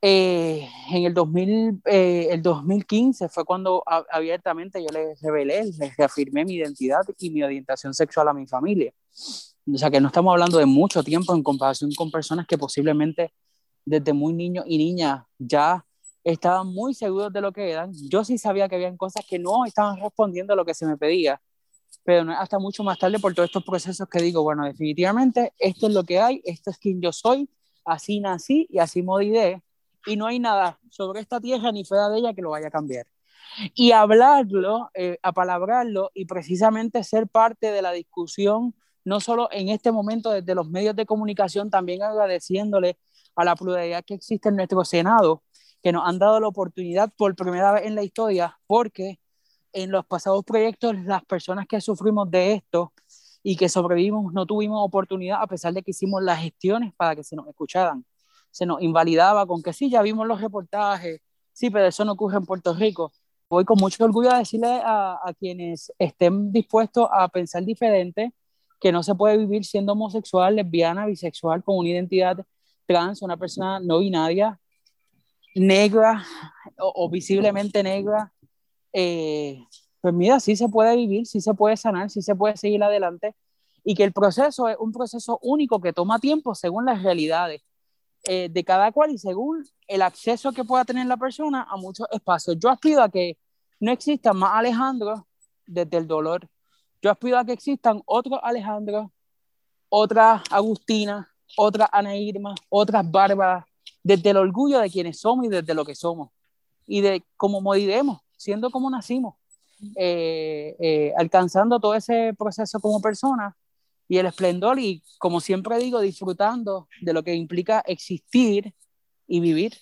Eh, en el, dos mil, eh, el dos mil quince fue cuando a, abiertamente yo les revelé, les reafirmé mi identidad y mi orientación sexual a mi familia. O sea que no estamos hablando de mucho tiempo en comparación con personas que posiblemente desde muy niños y niñas ya estaban muy seguros de lo que eran. Yo sí sabía que habían cosas que no estaban respondiendo a lo que se me pedía, pero no es hasta mucho más tarde por todos estos procesos que digo, bueno, definitivamente esto es lo que hay, esto es quien yo soy, así nací y así moriré, y no hay nada sobre esta tierra ni fuera de ella que lo vaya a cambiar. Y hablarlo, eh, apalabrarlo y precisamente ser parte de la discusión, no solo en este momento desde los medios de comunicación, también agradeciéndole a la pluralidad que existe en nuestro Senado, que nos han dado la oportunidad por primera vez en la historia, porque en los pasados proyectos las personas que sufrimos de esto y que sobrevivimos no tuvimos oportunidad a pesar de que hicimos las gestiones para que se nos escucharan. Se nos invalidaba con que sí, ya vimos los reportajes, sí, pero eso no ocurre en Puerto Rico. Voy con mucho orgullo a decirle a, a quienes estén dispuestos a pensar diferente que no se puede vivir siendo homosexual, lesbiana, bisexual, con una identidad trans, una persona no binaria, negra o, o visiblemente negra. Eh, pues mira, sí se puede vivir, sí se puede sanar, sí se puede seguir adelante, y que el proceso es un proceso único que toma tiempo según las realidades eh, de cada cual y según el acceso que pueda tener la persona a muchos espacios. Yo aspiro a que no existan más Alejandro desde el dolor. Yo aspiro a que existan otros Alejandro, otras Agustina, otras Ana Irma, otras Bárbara, desde el orgullo de quienes somos y desde lo que somos y de cómo moriremos, siendo como nacimos, eh, eh, alcanzando todo ese proceso como persona y el esplendor y, como siempre digo, disfrutando de lo que implica existir y vivir.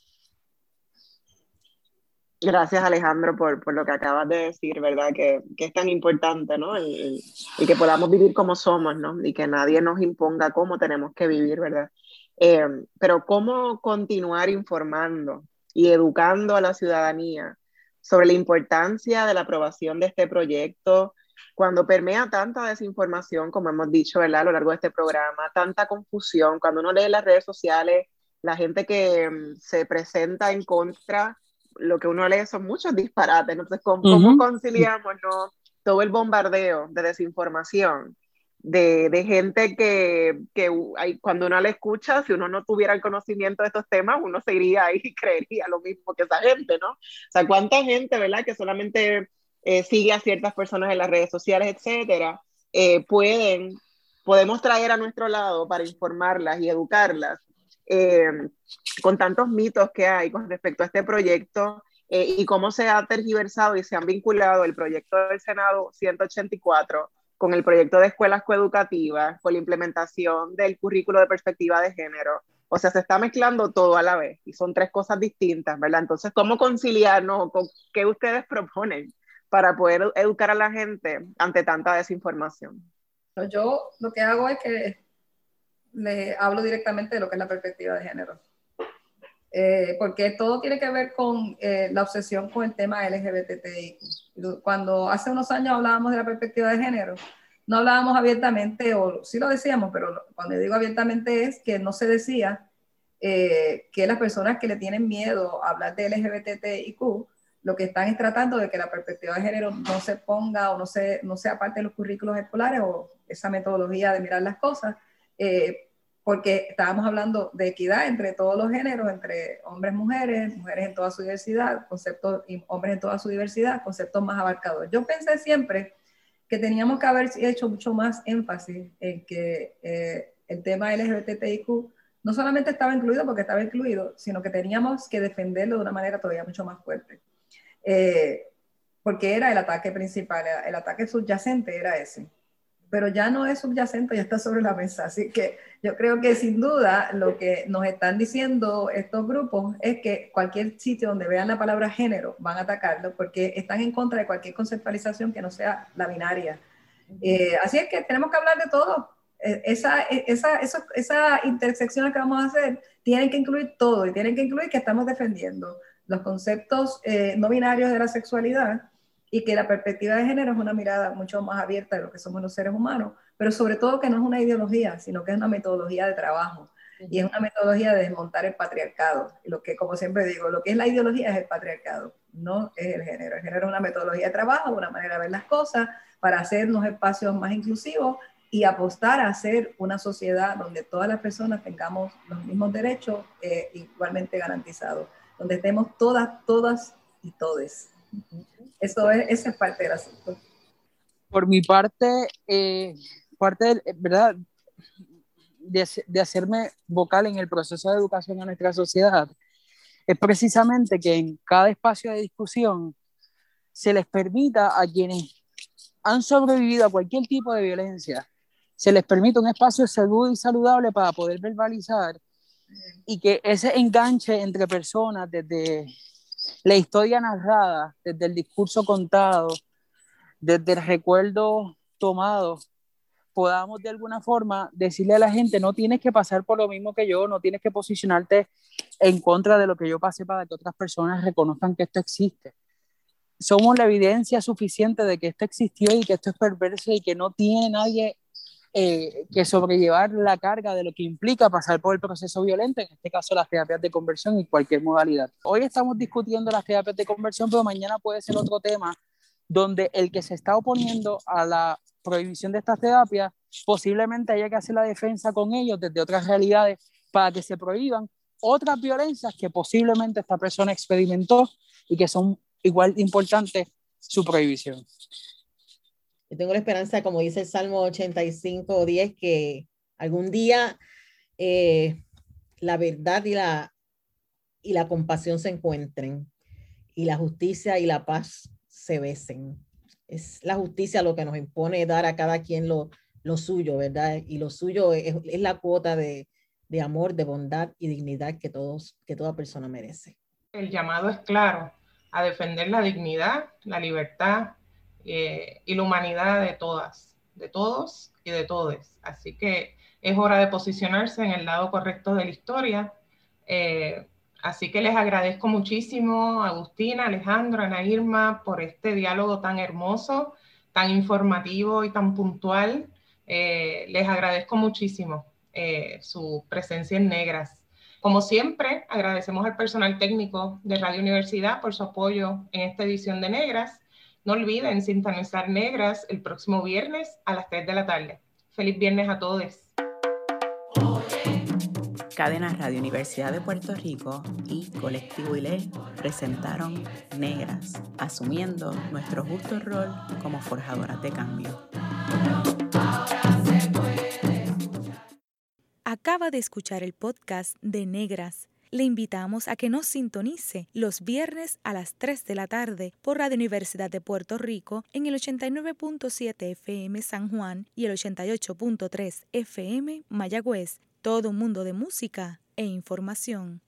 Gracias, Alejandro, por, por lo que acabas de decir, ¿verdad? Que, que es tan importante, ¿no? El, el, el que podamos vivir como somos, ¿no? Y que nadie nos imponga cómo tenemos que vivir, ¿verdad? Eh, pero cómo continuar informando y educando a la ciudadanía sobre la importancia de la aprobación de este proyecto cuando permea tanta desinformación, como hemos dicho, ¿verdad? A lo largo de este programa, tanta confusión, cuando uno lee las redes sociales, la gente que um, se presenta en contra, lo que uno lee son muchos disparates. Entonces, ¿cómo, uh-huh. ¿cómo conciliamos, no, todo el bombardeo de desinformación de, de gente que, que hay, cuando uno la escucha, si uno no tuviera el conocimiento de estos temas, uno seguiría ahí y creería lo mismo que esa gente, ¿no? O sea, ¿cuánta gente, verdad, que solamente eh, sigue a ciertas personas en las redes sociales, etcétera, eh, pueden, podemos traer a nuestro lado para informarlas y educarlas? Eh, con tantos mitos que hay con respecto a este proyecto eh, y cómo se ha tergiversado y se han vinculado el proyecto del Senado ciento ochenta y cuatro con el proyecto de escuelas coeducativas, con la implementación del currículo de perspectiva de género. O sea, se está mezclando todo a la vez y son tres cosas distintas, ¿verdad? Entonces, ¿cómo conciliarnos? ¿Qué ustedes proponen para poder educar a la gente ante tanta desinformación? Yo lo que hago es que le hablo directamente de lo que es la perspectiva de género. Eh, porque todo tiene que ver con eh, la obsesión con el tema L G B T I. Cuando hace unos años hablábamos de la perspectiva de género, no hablábamos abiertamente, o sí lo decíamos, pero cuando digo abiertamente es que no se decía eh, que las personas que le tienen miedo a hablar de L G B T I Q, lo que están es tratando de que la perspectiva de género no se ponga o no, se, no sea parte de los currículos escolares o esa metodología de mirar las cosas, eh, porque estábamos hablando de equidad entre todos los géneros, entre hombres, mujeres, mujeres en toda su diversidad, conceptos, y hombres en toda su diversidad, conceptos más abarcadores. Yo pensé siempre que teníamos que haber hecho mucho más énfasis en que eh, el tema L G B T I Q no solamente estaba incluido porque estaba incluido, sino que teníamos que defenderlo de una manera todavía mucho más fuerte. Eh, porque era el ataque principal, el ataque subyacente era ese. Pero ya no es subyacente, ya está sobre la mesa. Así que yo creo que sin duda lo que nos están diciendo estos grupos es que cualquier sitio donde vean la palabra género van a atacarlo porque están en contra de cualquier conceptualización que no sea la binaria. Eh, así es que tenemos que hablar de todo. Eh, esa, esa, esa, esa intersección que vamos a hacer tienen que incluir todo y tienen que incluir que estamos defendiendo los conceptos eh, no binarios de la sexualidad y que la perspectiva de género es una mirada mucho más abierta de lo que somos los seres humanos, pero sobre todo que no es una ideología, sino que es una metodología de trabajo. Y es una metodología de desmontar el patriarcado. Lo que, como siempre digo, lo que es la ideología es el patriarcado, no es el género. El género es una metodología de trabajo, una manera de ver las cosas para hacer unos espacios más inclusivos y apostar a hacer una sociedad donde todas las personas tengamos los mismos derechos eh, igualmente garantizados, donde estemos todas, todas y todes. Eso es, esa es parte del asunto. Por mi parte, eh, parte de, ¿verdad? De, de hacerme vocal en el proceso de educación a nuestra sociedad, es precisamente que en cada espacio de discusión se les permita a quienes han sobrevivido a cualquier tipo de violencia, se les permite un espacio seguro y saludable para poder verbalizar, y que ese enganche entre personas, desde la historia narrada, desde el discurso contado, desde el recuerdo tomado, podamos de alguna forma decirle a la gente: no tienes que pasar por lo mismo que yo, no tienes que posicionarte en contra de lo que yo pasé para que otras personas reconozcan que esto existe. Somos la evidencia suficiente de que esto existió y que esto es perverso y que no tiene nadie eh, que sobrellevar la carga de lo que implica pasar por el proceso violento, en este caso las terapias de conversión y cualquier modalidad. Hoy estamos discutiendo las terapias de conversión, pero mañana puede ser otro tema donde el que se está oponiendo a la prohibición de estas terapias posiblemente haya que hacer la defensa con ellos desde otras realidades para que se prohíban otras violencias que posiblemente esta persona experimentó y que son igual de importantes su prohibición. Yo tengo la esperanza, como dice el Salmo ochenta y cinco, diez, que algún día eh, la verdad y la, y la compasión se encuentren y la justicia y la paz se besen. Es la justicia lo que nos impone dar a cada quien lo, lo suyo, ¿verdad? Y lo suyo es, es la cuota de, de amor, de bondad y dignidad que, todos, que toda persona merece. El llamado es claro, a defender la dignidad, la libertad eh, y la humanidad de todas, de todos y de todes. Así que es hora de posicionarse en el lado correcto de la historia. Eh, Así que les agradezco muchísimo a Agustina, Alejandro, Ana Irma, por este diálogo tan hermoso, tan informativo y tan puntual. Eh, les agradezco muchísimo eh, su presencia en Negras. Como siempre, agradecemos al personal técnico de Radio Universidad por su apoyo en esta edición de Negras. No olviden sintonizar Negras el próximo viernes a las tres de la tarde. Feliz viernes a todos. Cadena Radio Universidad de Puerto Rico y Colectivo I L E presentaron Negras, asumiendo nuestro justo rol como forjadoras de cambio. Acaba de escuchar el podcast de Negras. Le invitamos a que nos sintonice los viernes a las tres de la tarde por Radio Universidad de Puerto Rico en el ochenta y nueve punto siete F M San Juan y el ochenta y ocho punto tres F M Mayagüez. Todo un mundo de música e información.